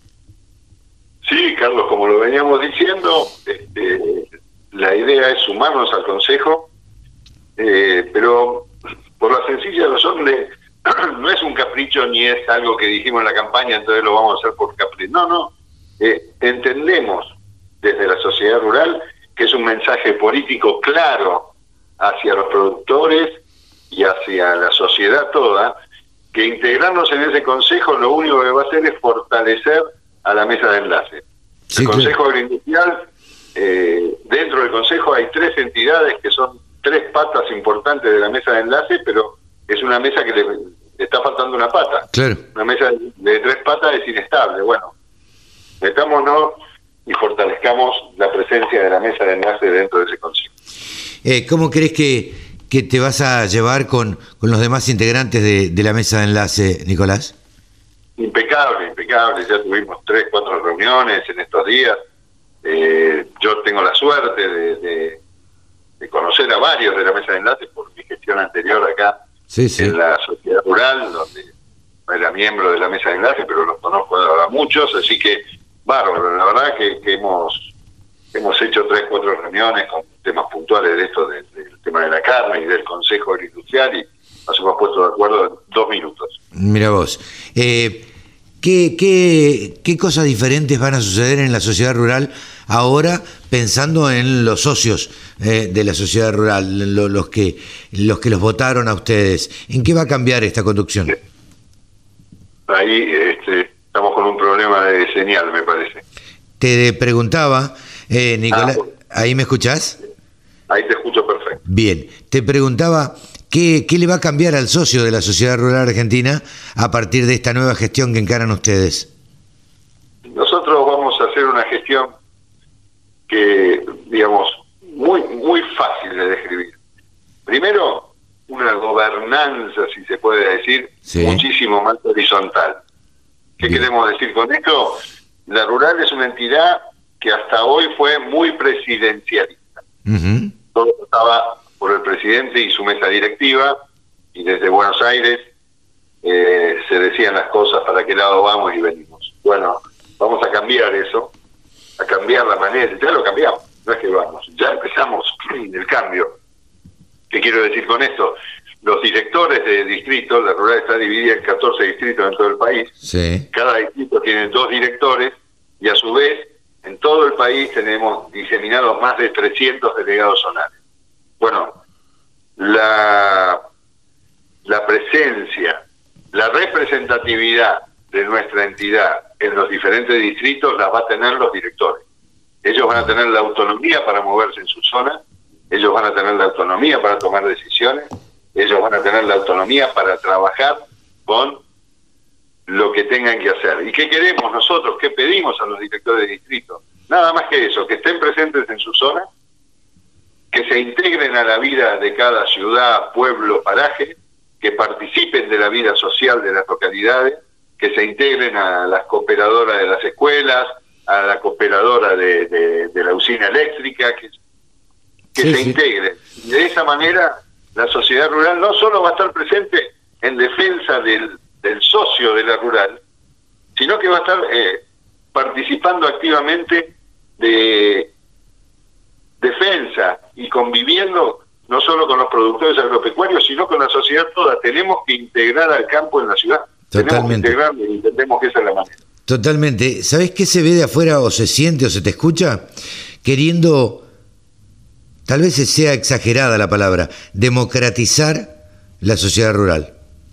Sí, Carlos, como lo veníamos diciendo, este, la idea es sumarnos al Consejo, eh, pero por la sencilla razón de no es un capricho ni es algo que dijimos en la campaña, entonces lo vamos a hacer por capricho. No, no. Eh, entendemos desde la sociedad rural que es un mensaje político claro hacia los productores y hacia la sociedad toda, que integrarnos en ese consejo lo único que va a hacer es fortalecer a la mesa de enlace. Sí, el Consejo claro. Agroindustrial, eh, dentro del Consejo hay tres entidades que son tres patas importantes de la mesa de enlace, pero es una mesa que le, le está faltando una pata. Claro. Una mesa de, de tres patas es inestable. Bueno, metámonos y fortalezcamos la presencia de la mesa de enlace dentro de ese consejo. Eh, ¿Cómo crees que, que te vas a llevar con, con los demás integrantes de, de la mesa de enlace, Nicolás? Impecable, impecable. Ya tuvimos tres, cuatro reuniones en estos días. Eh, yo tengo la suerte de, de, de conocer a varios de la mesa de enlace por mi gestión anterior acá Sí, sí. en la sociedad rural, donde no era miembro de la mesa de enlace, pero los conozco a muchos, así que bárbaro. La verdad que, que hemos hemos hecho tres, cuatro reuniones con temas puntuales de esto, de, del tema de la carne y del Consejo Agroindustrial, y nos hemos puesto de acuerdo en dos minutos. Mira vos, eh, ¿qué, qué, ¿qué cosas diferentes van a suceder en la sociedad rural ahora pensando en los socios eh, de la sociedad rural, lo, los, que, los que los votaron a ustedes? ¿En qué va a cambiar esta conducción? Ahí este, estamos con un problema de señal, me parece. Te preguntaba, eh, Nicolás, Ah, bueno. ¿ahí me escuchás? Ahí te escucho perfecto. Bien, te preguntaba, ¿qué, ¿qué le va a cambiar al socio de la sociedad rural argentina a partir de esta nueva gestión que encaran ustedes? Nosotros vamos a hacer una gestión que, digamos, muy muy fácil de describir. Primero, una gobernanza, si se puede decir, Sí. muchísimo más horizontal. ¿Qué Bien. queremos decir con esto? La rural es una entidad que hasta hoy fue muy presidencialista. Ujú. Todo estaba por el presidente y su mesa directiva, y desde Buenos Aires eh, se decían las cosas, para qué lado vamos y venimos. Bueno, vamos a cambiar eso, a cambiar la manera, ya lo cambiamos, no es que vamos, ya empezamos el cambio. ¿Qué quiero decir con esto? Los directores de distritos, la rural está dividida en catorce distritos en todo el país, Sí. cada distrito tiene dos directores, y a su vez en todo el país tenemos diseminados más de trescientos delegados zonales. Bueno, la, la presencia, la representatividad de nuestra entidad en los diferentes distritos las va a tener los directores. Ellos van a tener la autonomía para moverse en su zona, ellos van a tener la autonomía para tomar decisiones, ellos van a tener la autonomía para trabajar con lo que tengan que hacer. ¿Y qué queremos nosotros? ¿Qué pedimos a los directores de distrito? Nada más que eso, que estén presentes en su zona, que se integren a la vida de cada ciudad, pueblo, paraje, que participen de la vida social de las localidades, que se integren a las cooperadoras de las escuelas, a la cooperadora de, de, de la usina eléctrica, que, que Sí, se sí. integren. Y de esa manera la sociedad rural no solo va a estar presente en defensa del, del socio de la rural, sino que va a estar eh, participando activamente de defensa y conviviendo no solo con los productores agropecuarios, sino con la sociedad toda. Tenemos que integrar al campo en la ciudad. Totalmente. Tenemos que integrarlo y entendemos que esa es la manera. Totalmente. ¿Sabés qué se ve de afuera o se siente o se te escucha? Queriendo, tal vez sea exagerada la palabra, democratizar la sociedad rural.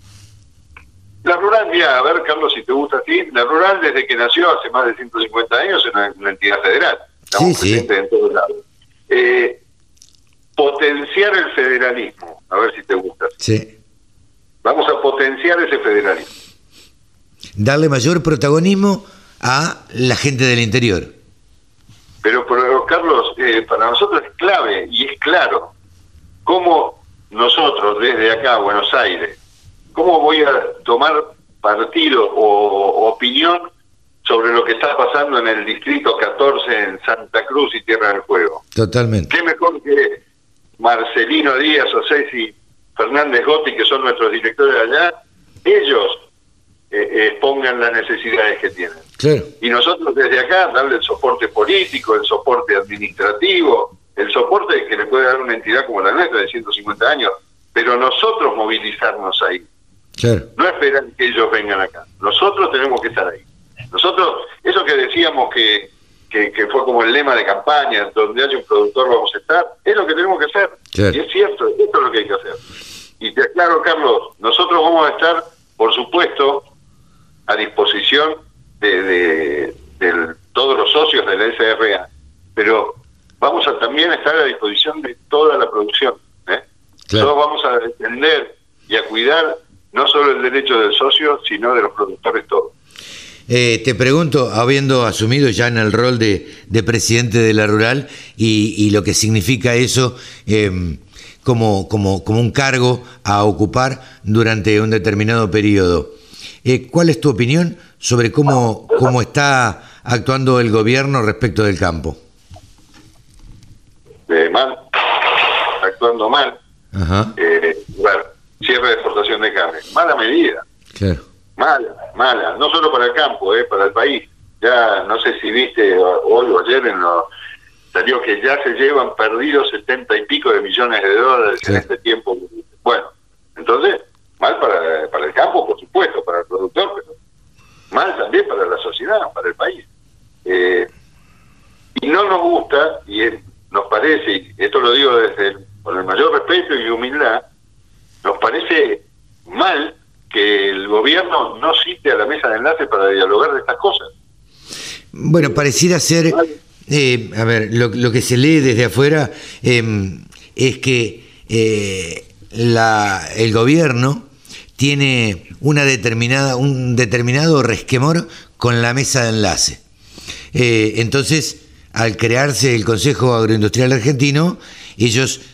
La rural, mira, a ver, Carlos, si te gusta a ti, la rural desde que nació hace más de ciento cincuenta años es una, una entidad federal. Estamos Sí, sí. presentes en todos lados. Eh, potenciar el federalismo, a ver si te gusta. Sí. Vamos a potenciar ese federalismo. Darle mayor protagonismo a la gente del interior. Pero, pero Carlos, eh, para nosotros es clave y es claro cómo nosotros desde acá, Buenos Aires, cómo voy a tomar partido o, o opinión sobre lo que está pasando en el distrito catorce en Santa Cruz y Tierra del Fuego. Totalmente. ¿Qué mejor que Marcelino Díaz o Ceci Fernández Gotti, que son nuestros directores allá, ellos eh, expongan las necesidades que tienen? Claro. Y nosotros desde acá darle el soporte político, el soporte administrativo, el soporte que le puede dar una entidad como la nuestra de ciento cincuenta años, pero nosotros movilizarnos ahí. Claro. No esperan que ellos vengan acá. Nosotros tenemos que estar ahí. Nosotros, eso que decíamos que, que, que fue como el lema de campaña, donde haya un productor vamos a estar, es lo que tenemos que hacer. Claro. Y es cierto, esto es lo que hay que hacer. Y te aclaro, Carlos, nosotros vamos a estar, por supuesto, a disposición de, de, de todos los socios de la S R A, pero vamos a también estar a disposición de toda la producción. ¿eh? Claro. Todos vamos a defender y a cuidar no solo el derecho del socio, sino de los productores todos. Eh, te pregunto, habiendo asumido ya en el rol de, de presidente de la Rural y, y lo que significa eso eh, como, como, como un cargo a ocupar durante un determinado periodo, eh, ¿cuál es tu opinión sobre cómo, cómo está actuando el gobierno respecto del campo? Eh, mal, actuando mal. Ajá. Eh, bueno, cierre de exportación de carne. Mala medida. Claro. Mala, mala. No solo para el campo, eh, para el país. Ya no sé si viste hoy o ayer en lo, salió que ya se llevan perdidos setenta y pico de millones de dólares sí. en este tiempo. Bueno, entonces, mal para, para el campo, por supuesto, para el productor, pero mal también para la sociedad, para el país. Eh, y no nos gusta, y es, nos parece, y esto lo digo desde el, con el mayor respeto y humildad, nos parece mal que el gobierno no cite a la mesa de enlace para dialogar de estas cosas. Bueno, pareciera ser, eh, a ver, lo, lo que se lee desde afuera eh, es que eh, la, el gobierno tiene una determinada, un determinado resquemor con la mesa de enlace. Eh, entonces, al crearse el Consejo Agroindustrial Argentino, ellos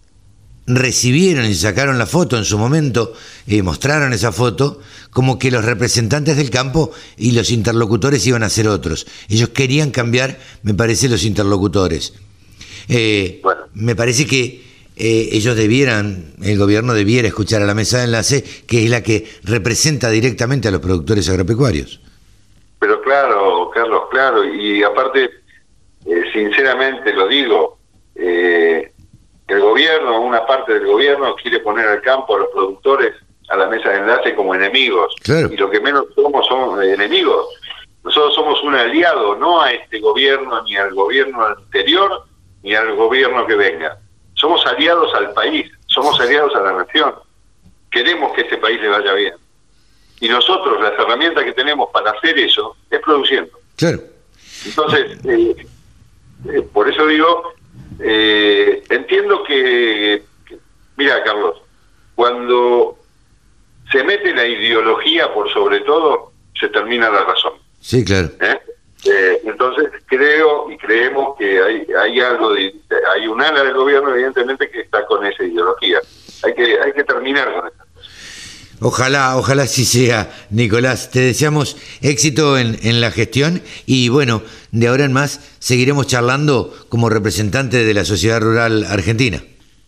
recibieron y sacaron la foto en su momento, y eh, mostraron esa foto, como que los representantes del campo y los interlocutores iban a ser otros. Ellos querían cambiar, me parece, los interlocutores. Eh, bueno. Me parece que eh, ellos debieran, el gobierno debiera escuchar a la mesa de enlace, que es la que representa directamente a los productores agropecuarios. Pero claro, Carlos, claro, y aparte, eh, sinceramente lo digo, eh, el gobierno, una parte del gobierno quiere poner al campo, a los productores, a la mesa de enlace como enemigos. Claro. Y lo que menos somos son enemigos. Nosotros somos un aliado, no a este gobierno, ni al gobierno anterior, ni al gobierno que venga. Somos aliados al país, somos aliados a la nación. Queremos que este país le vaya bien. Y nosotros, las herramientas que tenemos para hacer eso, es produciendo. Claro. Entonces, eh, eh, por eso digo... Eh, entiendo que, que, mira, Carlos, cuando se mete la ideología por sobre todo, se termina la razón. Sí, claro. ¿Eh? Eh, entonces creo y creemos que hay, hay algo de, hay un ala del gobierno evidentemente que está con esa ideología. Hay que, hay que terminar con eso. Ojalá, ojalá así sea, Nicolás. Te deseamos éxito en, en la gestión y bueno, de ahora en más seguiremos charlando como representante de la sociedad rural argentina.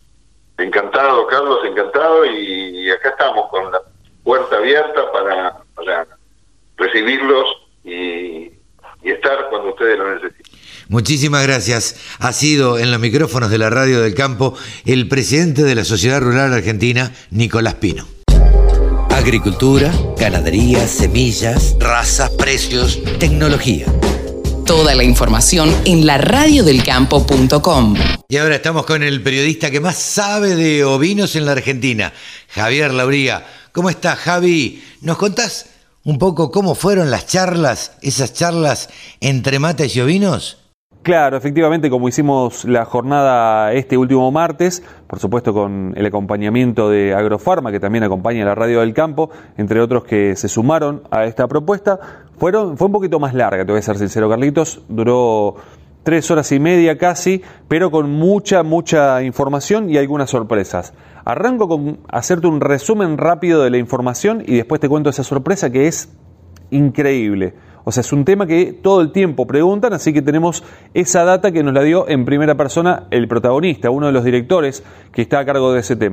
Encantado, Carlos, encantado y, y acá estamos con la puerta abierta para, para recibirlos y, y estar cuando ustedes lo necesiten. Muchísimas gracias. Ha sido en los micrófonos de la Radio del Campo el presidente de la Sociedad Rural Argentina, Nicolás Pino. Agricultura, ganadería, semillas, razas, precios, tecnología. Toda la información en la radio del campo punto com. Y ahora estamos con el periodista que más sabe de ovinos en la Argentina, Javier Labría. ¿Cómo estás, Javi? ¿Nos contás un poco cómo fueron las charlas, esas charlas entre mates y ovinos? Claro, efectivamente, como hicimos la jornada este último martes, por supuesto con el acompañamiento de Agrofarma, que también acompaña la Radio del Campo, entre otros que se sumaron a esta propuesta, fueron fue un poquito más larga, te voy a ser sincero, Carlitos, duró tres horas y media casi, pero con mucha, mucha información y algunas sorpresas. Arranco con hacerte un resumen rápido de la información y después te cuento esa sorpresa que es increíble. O sea, es un tema que todo el tiempo preguntan, así que tenemos esa data que nos la dio en primera persona el protagonista, uno de los directores que está a cargo de ese tema.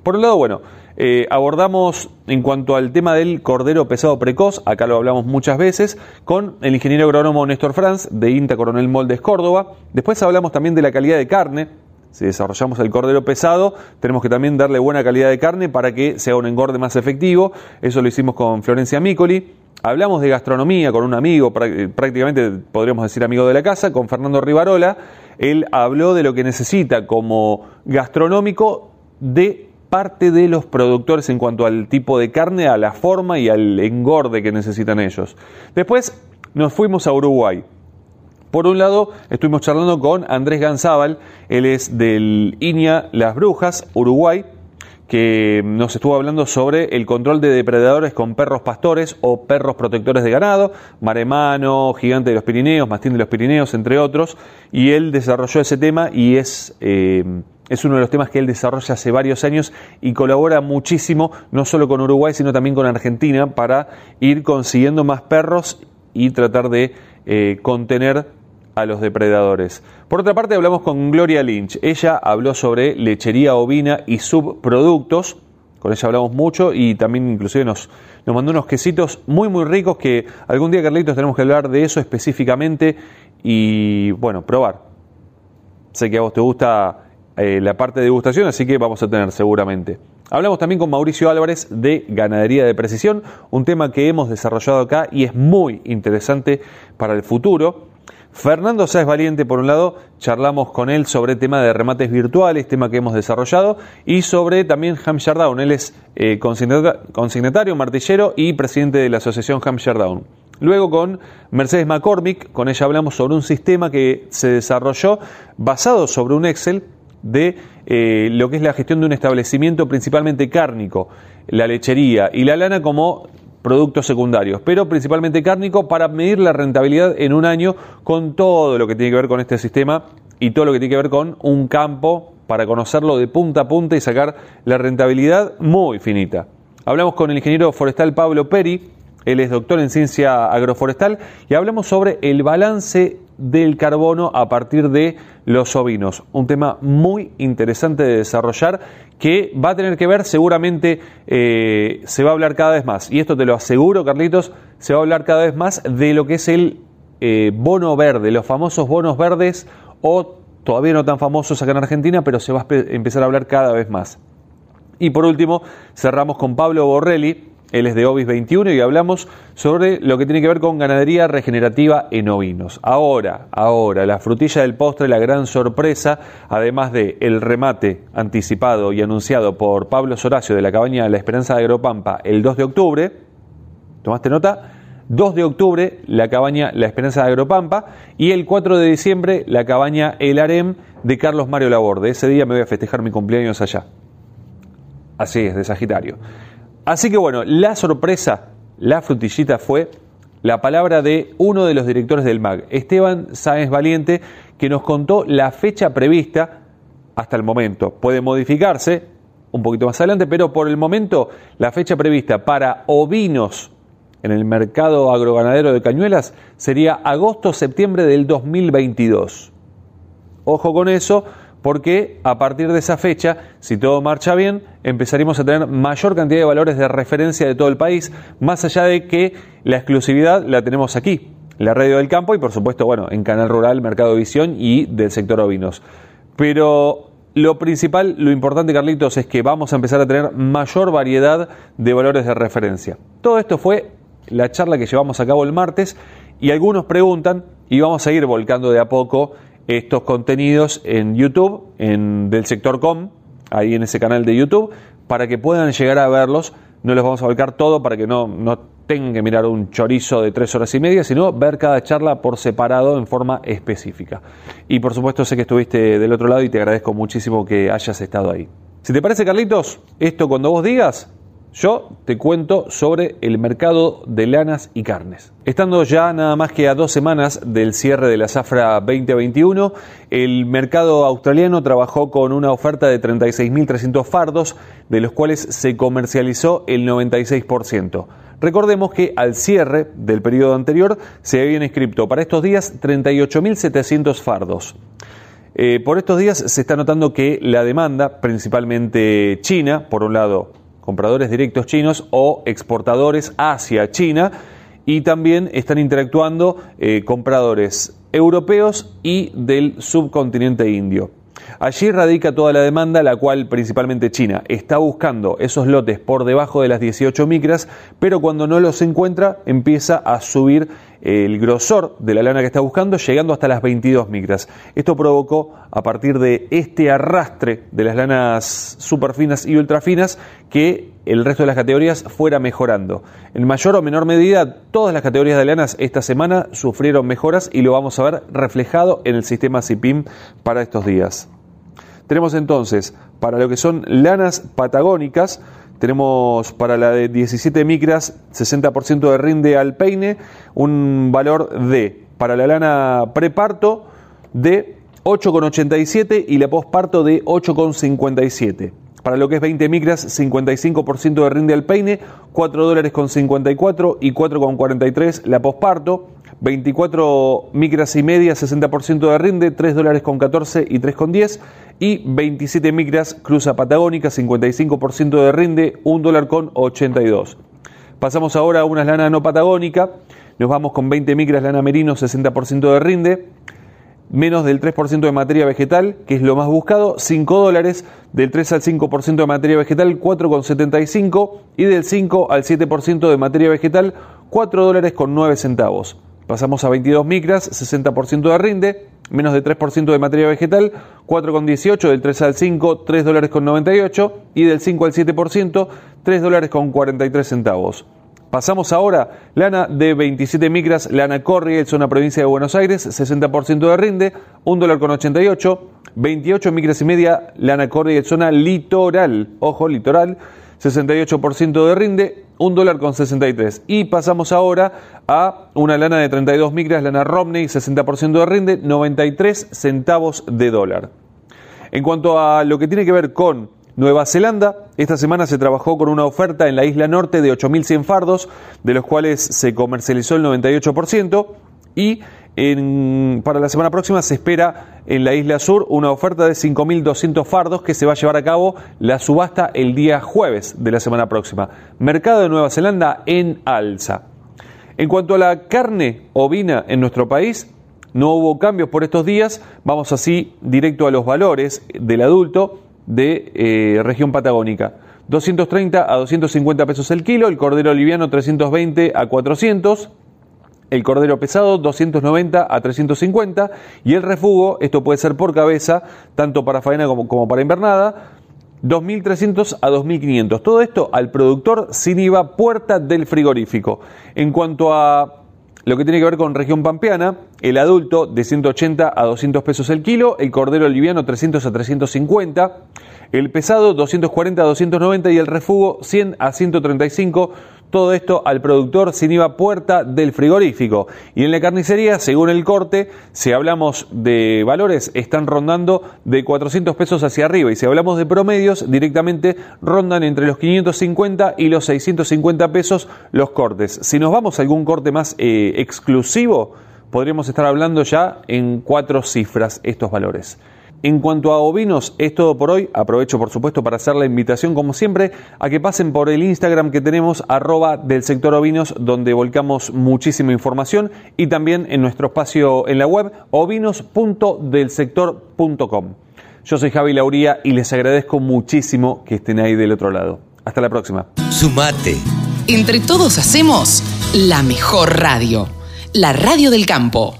Por un lado, bueno, eh, abordamos en cuanto al tema del cordero pesado precoz, acá lo hablamos muchas veces, con el ingeniero agrónomo Néstor Franz, de INTA Coronel Moldes, Córdoba. Después hablamos también de la calidad de carne. Si desarrollamos el cordero pesado, tenemos que también darle buena calidad de carne para que sea un engorde más efectivo. Eso lo hicimos con Florencia Micoli. Hablamos de gastronomía con un amigo, prácticamente podríamos decir amigo de la casa, con Fernando Rivarola. Él habló de lo que necesita como gastronómico de parte de los productores en cuanto al tipo de carne, a la forma y al engorde que necesitan ellos. Después nos fuimos a Uruguay. Por un lado, estuvimos charlando con Andrés Ganzábal, él es del INIA Las Brujas, Uruguay, que nos estuvo hablando sobre el control de depredadores con perros pastores o perros protectores de ganado, maremano, gigante de los Pirineos, mastín de los Pirineos, entre otros, y él desarrolló ese tema y es... Eh, Es uno de los temas que él desarrolla hace varios años y colabora muchísimo, no solo con Uruguay, sino también con Argentina, para ir consiguiendo más perros y tratar de eh, contener a los depredadores. Por otra parte, hablamos con Gloria Lynch. Ella habló sobre lechería ovina y subproductos. Con ella hablamos mucho y también inclusive nos, nos mandó unos quesitos muy muy ricos que algún día, Carlitos, tenemos que hablar de eso específicamente y, bueno, probar. Sé que a vos te gusta Eh, la parte de degustación, así que vamos a tener seguramente. Hablamos también con Mauricio Álvarez de Ganadería de Precisión, un tema que hemos desarrollado acá y es muy interesante para el futuro. Fernando Sáez Valiente, por un lado, charlamos con él sobre el tema de remates virtuales, tema que hemos desarrollado, y sobre también Hampshire Down. Él es eh, consignatario, martillero y presidente de la asociación Hampshire Down. Luego con Mercedes McCormick, con ella hablamos sobre un sistema que se desarrolló basado sobre un Excel de eh, lo que es la gestión de un establecimiento principalmente cárnico, la lechería y la lana como productos secundarios, pero principalmente cárnico, para medir la rentabilidad en un año con todo lo que tiene que ver con este sistema y todo lo que tiene que ver con un campo para conocerlo de punta a punta y sacar la rentabilidad muy finita. Hablamos con el ingeniero forestal Pablo Peri, él es doctor en ciencia agroforestal, y hablamos sobre el balance del carbono a partir de los ovinos. Un tema muy interesante de desarrollar que va a tener que ver seguramente, eh, se va a hablar cada vez más. Y esto te lo aseguro, Carlitos, se va a hablar cada vez más de lo que es el eh, bono verde, los famosos bonos verdes, o todavía no tan famosos acá en Argentina, pero se va a empezar a hablar cada vez más. Y por último, cerramos con Pablo Borrelli. Él es de Ovis veintiuno y hablamos sobre lo que tiene que ver con ganadería regenerativa en ovinos. Ahora, ahora, la frutilla del postre, la gran sorpresa, además de el remate anticipado y anunciado por Pablo Soracio de la cabaña La Esperanza de Agropampa el dos de octubre. ¿Tomaste nota? dos de octubre, la cabaña La Esperanza de Agropampa, y el cuatro de diciembre, la cabaña El Harem de Carlos Mario Laborde. Ese día me voy a festejar mi cumpleaños allá. Así es, de Sagitario. Así que bueno, la sorpresa, la frutillita fue la palabra de uno de los directores del M A G, Esteban Sáenz Valiente, que nos contó la fecha prevista hasta el momento. Puede modificarse un poquito más adelante, pero por el momento la fecha prevista para ovinos en el mercado agroganadero de Cañuelas sería agosto-septiembre del dos mil veintidós. Ojo con eso, porque a partir de esa fecha, si todo marcha bien, empezaremos a tener mayor cantidad de valores de referencia de todo el país, más allá de que la exclusividad la tenemos aquí, la Radio del Campo, y por supuesto, bueno, en Canal Rural, Mercado Visión y del sector ovinos. Pero lo principal, lo importante, Carlitos, es que vamos a empezar a tener mayor variedad de valores de referencia. Todo esto fue la charla que llevamos a cabo el martes, y algunos preguntan, y vamos a ir volcando de a poco estos contenidos en YouTube, en Del Sector Com, ahí en ese canal de YouTube, para que puedan llegar a verlos. No les vamos a volcar todo para que no, no tengan que mirar un chorizo de tres horas y media, sino ver cada charla por separado en forma específica. Y por supuesto sé que estuviste del otro lado y te agradezco muchísimo que hayas estado ahí. Si te parece, Carlitos, esto cuando vos digas, yo te cuento sobre el mercado de lanas y carnes. Estando ya nada más que a dos semanas del cierre de la zafra veinte veintiuno, el mercado australiano trabajó con una oferta de treinta y seis mil trescientos fardos, de los cuales se comercializó el noventa y seis por ciento. Recordemos que al cierre del periodo anterior se habían inscrito para estos días treinta y ocho mil setecientos fardos. Eh, por estos días se está notando que la demanda, principalmente China, por un lado, compradores directos chinos o exportadores hacia China, y también están interactuando eh, compradores europeos y del subcontinente indio. Allí radica toda la demanda, la cual principalmente China está buscando esos lotes por debajo de las dieciocho micras, pero cuando no los encuentra empieza a subir el grosor de la lana que está buscando, llegando hasta las veintidós micras. Esto provocó, a partir de este arrastre de las lanas superfinas y ultrafinas, que el resto de las categorías fuera mejorando. En mayor o menor medida, todas las categorías de lanas esta semana sufrieron mejoras y lo vamos a ver reflejado en el sistema C I P I M para estos días. Tenemos entonces, para lo que son lanas patagónicas, tenemos para la de diecisiete micras, sesenta por ciento de rinde al peine, un valor de, para la lana preparto, de ocho coma ochenta y siete y la posparto de ocho coma cincuenta y siete. Para lo que es veinte micras, cincuenta y cinco por ciento de rinde al peine, cuatro dólares con cincuenta y cuatro y cuatro coma cuarenta y tres la posparto. veinticuatro micras y media, sesenta por ciento de rinde, tres dólares con catorce y tres con diez. Y veintisiete micras, cruza patagónica, cincuenta y cinco por ciento de rinde, un dólar con ochenta y dos. Pasamos ahora a una lana no patagónica. Nos vamos con veinte micras, lana merino, sesenta por ciento de rinde, menos del tres por ciento de materia vegetal, que es lo más buscado, cinco dólares, del tres al cinco por ciento de materia vegetal, cuatro coma setenta y cinco, y del cinco al siete por ciento de materia vegetal, cuatro dólares con nueve centavos. Pasamos a veintidós micras, sesenta por ciento de rinde, menos de tres por ciento de materia vegetal, cuatro coma dieciocho, del tres al cinco, tres dólares con noventa y ocho, y del cinco al siete por ciento, tres dólares con cuarenta y tres centavos. Pasamos ahora, lana de veintisiete micras, lana Corriel, zona provincia de Buenos Aires, sesenta por ciento de rinde, un dólar con ochenta y ocho, veintiocho micras y media, lana Corriel, zona litoral, ojo, litoral, sesenta y ocho por ciento de rinde, un dólar con sesenta y tres. Y pasamos ahora a una lana de treinta y dos micras, lana Romney, sesenta por ciento de rinde, noventa y tres centavos de dólar. En cuanto a lo que tiene que ver con Nueva Zelanda, esta semana se trabajó con una oferta en la isla norte de ocho mil cien fardos, de los cuales se comercializó el noventa y ocho por ciento, y en, para la semana próxima se espera en la isla sur una oferta de cinco mil doscientos fardos que se va a llevar a cabo la subasta el día jueves de la semana próxima. Mercado de Nueva Zelanda en alza. En cuanto a la carne ovina en nuestro país, no hubo cambios por estos días. Vamos así directo a los valores del adulto de eh, región patagónica. doscientos treinta a doscientos cincuenta pesos el kilo, el cordero liviano trescientos veinte a cuatrocientos, el cordero pesado doscientos noventa a trescientos cincuenta y el refugo, esto puede ser por cabeza, tanto para faena como, como para invernada, dos mil trescientos a dos mil quinientos. Todo esto al productor sin I V A, puerta del frigorífico. En cuanto a lo que tiene que ver con región pampeana, el adulto de ciento ochenta a doscientos pesos el kilo, el cordero liviano trescientos a trescientos cincuenta, el pesado doscientos cuarenta a doscientos noventa y el refugo cien a ciento treinta y cinco. Todo esto al productor sin I V A, puerta del frigorífico. Y en la carnicería, según el corte, si hablamos de valores, están rondando de cuatrocientos pesos hacia arriba. Y si hablamos de promedios, directamente rondan entre los quinientos cincuenta y los seiscientos cincuenta pesos los cortes. Si nos vamos a algún corte más eh, exclusivo, podríamos estar hablando ya en cuatro cifras estos valores. En cuanto a ovinos, es todo por hoy. Aprovecho, por supuesto, para hacer la invitación, como siempre, a que pasen por el Instagram que tenemos, arroba del sector ovinos, donde volcamos muchísima información, y también en nuestro espacio en la web, ovinos punto del sector punto com. Yo soy Javi Lauría y les agradezco muchísimo que estén ahí del otro lado. Hasta la próxima. Sumate. Entre todos hacemos la mejor radio, la radio del campo.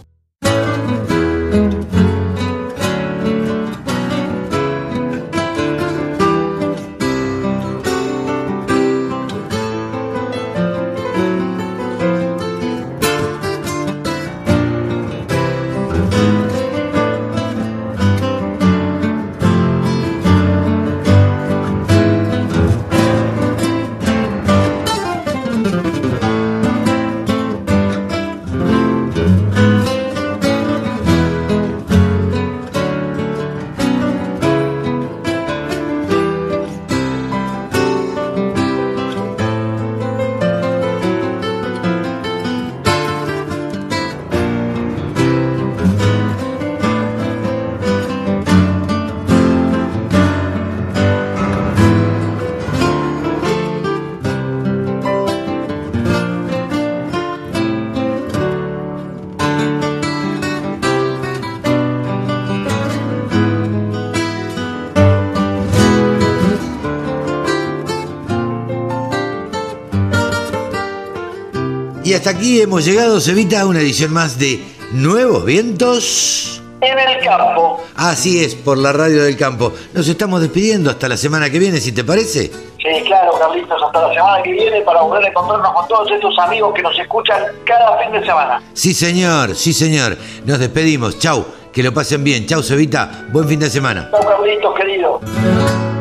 Y hasta aquí hemos llegado, Cevita, a una edición más de Nuevos Vientos en el campo. Así es, por la radio del campo. Nos estamos despidiendo hasta la semana que viene, si te parece. Sí, claro, Carlitos, hasta la semana que viene para volver a encontrarnos con todos estos amigos que nos escuchan cada fin de semana. Sí, señor, sí, señor. Nos despedimos. Chau, que lo pasen bien. Chau, Cevita. Buen fin de semana. Chau, Carlitos, querido.